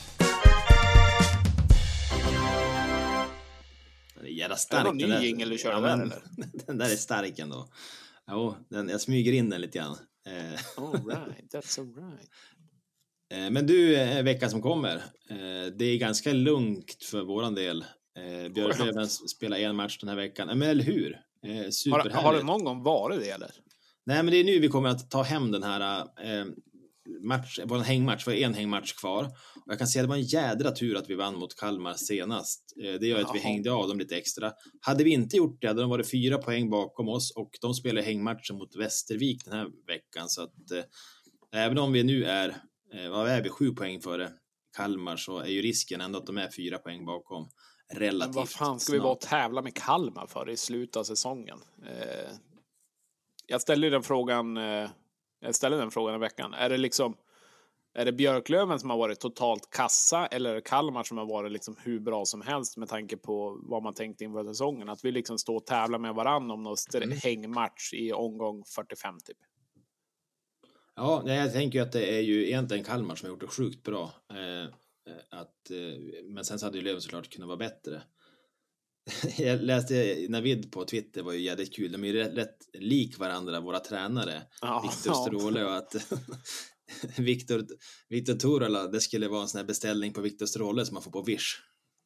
Den är jävla stark. Är det någon ny jingle du kör ja, där men, eller? Den där är stark ändå. Jo, den, jag smyger in den lite grann. All right, that's all right. Men du, veckan som kommer, det är ganska lugnt för våran del. Björklöven spelar en match den här veckan. Men eller hur? Superhärligt. Har, har det någon gång varit det eller? Nej, men det är nu vi kommer att ta hem den här eh, match, vår hängmatch. Det var en hängmatch kvar. Och jag kan säga att det var en jädra tur att vi vann mot Kalmar senast. Det gör att Jaha. vi hängde av dem lite extra. Hade vi inte gjort det hade de varit fyra poäng bakom oss. Och de spelar hängmatchen mot Västervik den här veckan. Så att eh, även om vi nu är vad är vi, sju poäng före Kalmar, så är ju risken ändå att de är fyra poäng bakom relativt. Men vad fan ska snart. Vi bara tävla med Kalmar för i slutet av säsongen? Eh, jag ställde den frågan eh, jag ställde den frågan i veckan. Är det liksom är det Björklöven som har varit totalt kassa eller är det Kalmar som har varit liksom hur bra som helst med tanke på vad man tänkte inför säsongen? Att vi liksom står och tävlar med varann om någon mm. hängmatch i omgång fyrtiofem typ. Ja, jag tänker ju att det är ju egentligen Kalmar som har gjort det sjukt bra. Eh, att, eh, men sen så hade ju Löven såklart kunnat vara bättre. Jag läste Navid på Twitter, var ju jävligt kul. De är ju rätt lik varandra, våra tränare. Ja, Viktor Stråle och att Viktor, Viktor Torala, det skulle vara en sån här beställning på Viktor Stråle som man får på Wish.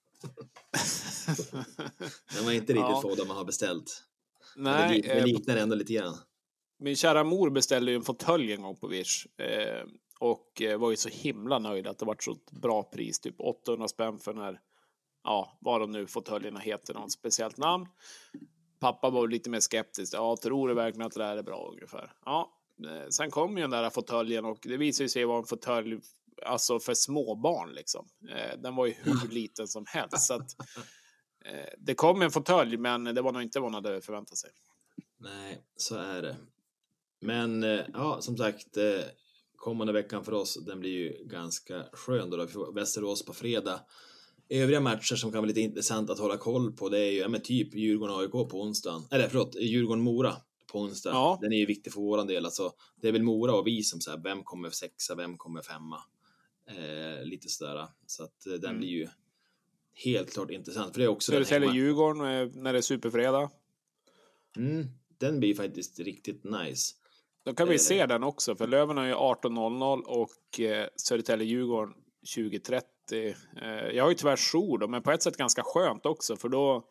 Den var inte riktigt ja. få de man har beställt. Nej, det, det liknar ändå lite grann. Min kära mor beställde ju en fåtölj en gång på Wish eh, och eh, var ju så himla nöjd att det var så ett bra pris, typ åttahundra spänn för den här, ja, vad de nu fåtöljerna heter, något speciellt namn. Pappa var lite mer skeptisk, ja, tror du verkligen att det där är bra ungefär? Ja, eh, sen kom ju den där fåtöljen och det visade sig vara en fåtölj alltså för småbarn liksom. Eh, den var ju hur liten som helst, så att eh, det kom en fåtölj, men det var nog inte vad man hade förväntat sig. Nej, så är det. Men ja, som sagt, kommande veckan för oss, den blir ju ganska skön då. Vi får Västerås på fredag. övriga matcher som kan vara lite intressant att hålla koll på, det är ju ja, men typ Djurgården A I K på onsdagen. Eller förlåt, Djurgården-Mora på onsdag. Ja. Den är ju viktig för våran del. Alltså, det är väl Mora och vi som säger vem kommer sexa, vem kommer femma. Eh, lite sådär. Så att eh, den mm. blir ju helt klart intressant. För det är också Södertälje Djurgården när det är superfredag. Mm, den blir faktiskt riktigt nice. Då kan vi se den också, för Löven är ju arton noll noll och eh, Södertälje Djurgården tjugo trettio. Eh, jag har ju tyvärr jour då, men på ett sätt ganska skönt också, för då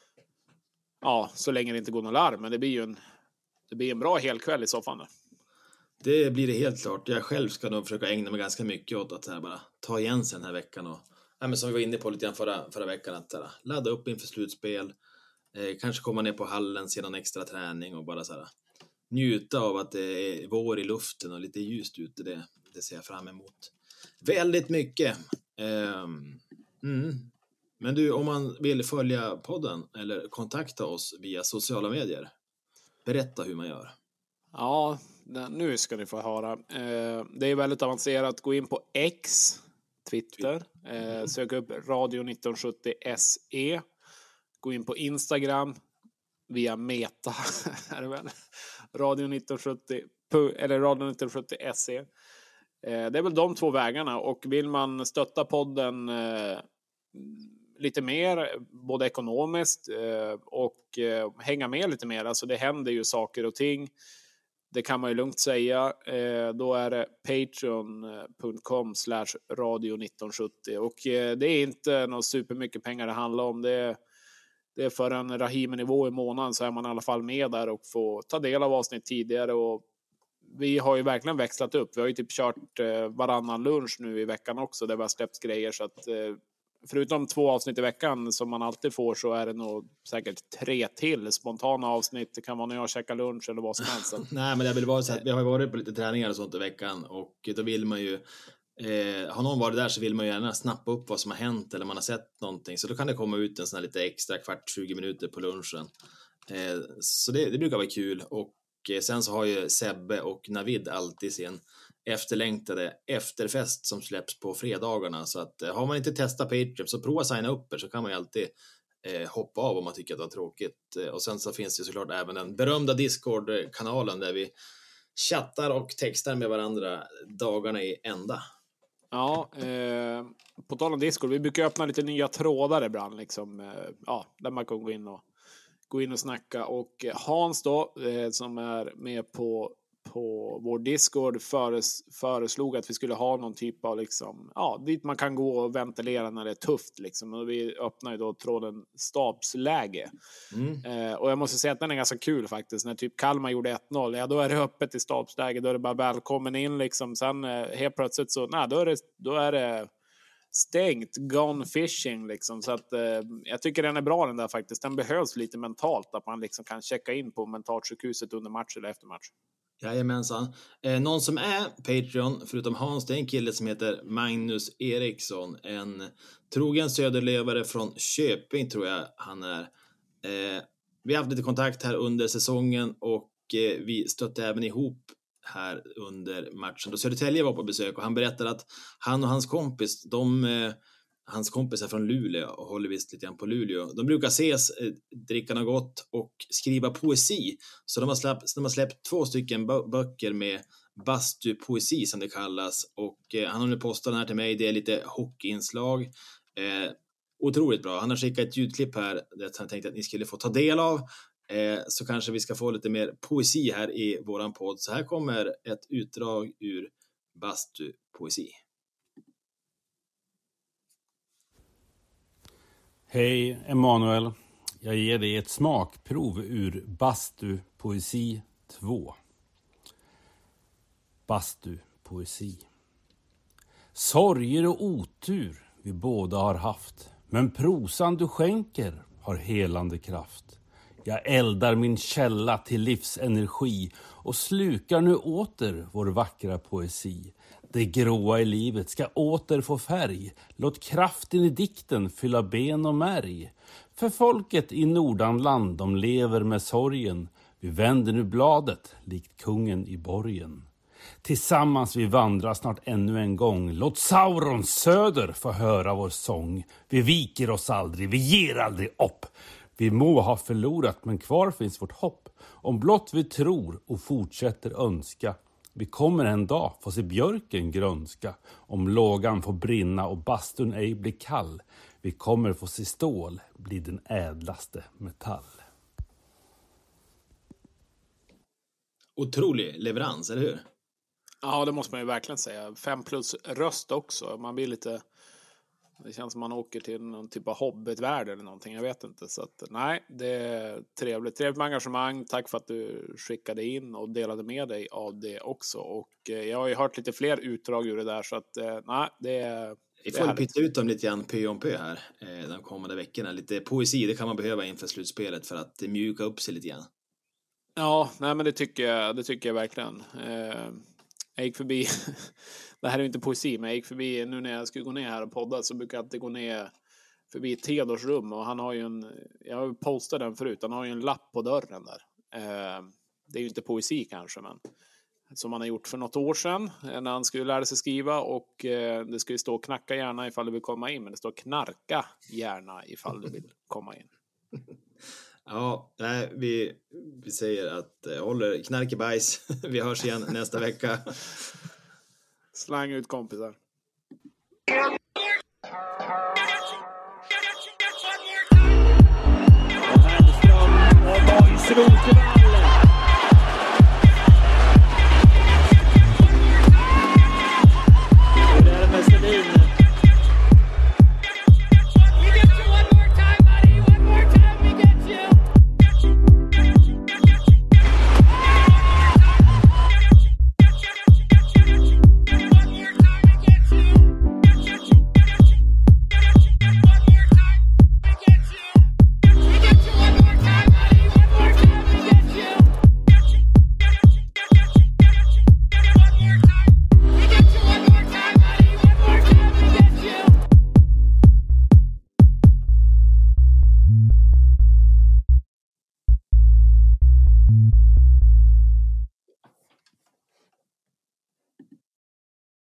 ja, så länge det inte går någon larm, men det blir ju en det blir en bra helkväll i så fall. Det blir det helt klart. Jag själv ska nog försöka ägna mig ganska mycket åt att här bara ta igen sig den här veckan och ja, men som vi var inne på lite grann förra, förra veckan att här, ladda upp inför slutspel. Eh, kanske komma ner på hallen, sedan extra träning och bara så här njuta av att det är vår i luften och lite ljust ute. Det, det ser jag fram emot väldigt mycket. Eh, mm. Men du, om man vill följa podden eller kontakta oss via sociala medier, berätta hur man gör. Ja, nu ska ni få höra. Eh, det är väldigt avancerat. Gå in på X, Twitter, eh, sök upp Radio nitton sjuttio S E. Gå in på Instagram via Meta, är det väl? Radio nitton sjuttio eller Radio nitton sjuttio S E. Eh, det är väl de två vägarna, och vill man stötta podden eh, lite mer, både ekonomiskt eh, och eh, hänga med lite mer, alltså det händer ju saker och ting. Det kan man ju lugnt säga. Eh, då är det patreon punkt com slash radio nitton sjuttio. Och eh, det är inte något supermycket pengar det handlar om. Det är, det är för en Rahimi-nivå i månaden, så är man i alla fall med där och får ta del av avsnitt tidigare. Och vi har ju verkligen växlat upp. Vi har ju typ kört eh, varannan lunch nu i veckan också, där vi har släppt grejer. Så att eh, förutom två avsnitt i veckan som man alltid får, så är det nog säkert tre till spontana avsnitt. Det kan vara när jag käkar lunch eller vad som helst. Nej, men det vill vara så att vi har varit på lite träningar och sånt i veckan, och då vill man ju eh, har någon varit där så vill man ju gärna snappa upp vad som har hänt eller man har sett någonting, så då kan det komma ut en sån här lite extra kvart tjugo minuter på lunchen. Eh, så det, det brukar vara kul. Och eh, sen så har ju Sebbe och Navid alltid sin efterlängtade efterfest som släpps på fredagarna, så att eh, har man inte testat Patreon så prova signa upp er, så kan man ju alltid eh, hoppa av om man tycker att det var tråkigt. Eh, och sen så finns det ju såklart även den berömda Discord-kanalen där vi chattar och textar med varandra dagarna i ända. Ja, eh, på tal om Discord, vi brukar öppna lite nya trådar ibland liksom, eh, ja, där man kan gå in och gå in och snacka. Och Hans då, eh, som är med på på vår Discord, föres, föreslog att vi skulle ha någon typ av liksom, ja, dit man kan gå och ventilera när det är tufft liksom. Och vi öppnar ju då tråden stabsläge. Mm. Eh, och jag måste säga att den är ganska kul faktiskt. När typ Kalmar gjorde ett noll, ja då är det öppet i stabsläge, då är det bara välkommen in liksom. Sen eh, helt plötsligt så, nej, då är det, då är det stängt, gone fishing liksom. Så att eh, jag tycker den är bra den där faktiskt. Den behövs lite mentalt, att man liksom kan checka in på mentalsjukhuset under match eller efter match. Jajamensan. Eh, någon som är Patreon, förutom Hans, det är en kille som heter Magnus Eriksson. En trogen söderlevare från Köping tror jag han är. Eh, vi har haft lite kontakt här under säsongen och eh, vi stötte även ihop här under matchen då Södertälje var på besök, och han berättade att han och hans kompis, de... Eh, hans kompisar från Luleå och håller visst lite grann på Luleå. De brukar ses, eh, dricka något gott och skriva poesi. Så de har släppt, de har släppt två stycken bö- böcker med bastupoesi som det kallas. Och eh, han har nu postat den här till mig. Det är lite hockeyinslag. Eh, otroligt bra. Han har skickat ett ljudklipp här där han tänkte att ni skulle få ta del av. Eh, så kanske vi ska få lite mer poesi här i våran podd. Så här kommer ett utdrag ur bastupoesi. Hej Emanuel, jag ger dig ett smakprov ur Bastupoesi två. Bastupoesi. Sorger och otur vi båda har haft, men prosan du skänker har helande kraft. Jag eldar min källa till livsenergi och slukar nu åter vår vackra poesi. Det gråa i livet ska åter få färg. Låt kraften i dikten fylla ben och märg. För folket i Nordanland, de lever med sorgen. Vi vänder nu bladet likt kungen i borgen. Tillsammans vi vandrar snart ännu en gång. Låt Sauron söder få höra vår sång. Vi viker oss aldrig, vi ger aldrig upp. Vi må ha förlorat, men kvar finns vårt hopp. Om blott vi tror och fortsätter önska. Vi kommer en dag få se björken grönska. Om lågan får brinna och bastun ej blir kall. Vi kommer få se stål, bli den ädlaste metall. Otrolig leverans, eller hur? Ja, det måste man ju verkligen säga. Fem plus röst också. Man blir lite... Det känns som man åker till någon typ av hobbitvärld eller någonting. Jag vet inte. Så att, nej, det är trevligt. Trevligt med engagemang. Tack för att du skickade in och delade med dig av det också. Och eh, jag har ju hört lite fler utdrag ur det där. Så att, eh, nej, det är... Vi får pytta ut dem lite grann pö om pö här eh, de kommande veckorna. Lite poesi, det kan man behöva inför slutspelet för att mjuka upp sig lite grann. Ja, nej men det tycker jag, det tycker jag verkligen. Eh, jag gick förbi, det här är ju inte poesi, men jag gick förbi, nu när jag skulle gå ner här och podda så brukar jag alltid gå ner förbi Theodors rum och han har ju en, jag har ju postat den förut, han har ju en lapp på dörren där. Eh, det är ju inte poesi kanske, men som han har gjort för något år sedan när han skulle lära sig skriva och eh, det ska ju stå knacka gärna ifall du vill komma in, men det står knarka gärna ifall du vill komma in. Ja, nej, vi, vi säger att eh, håller knark i bajs. Vi hörs igen nästa vecka. Slang ut kompisar. Och Hellström och Borgsroth.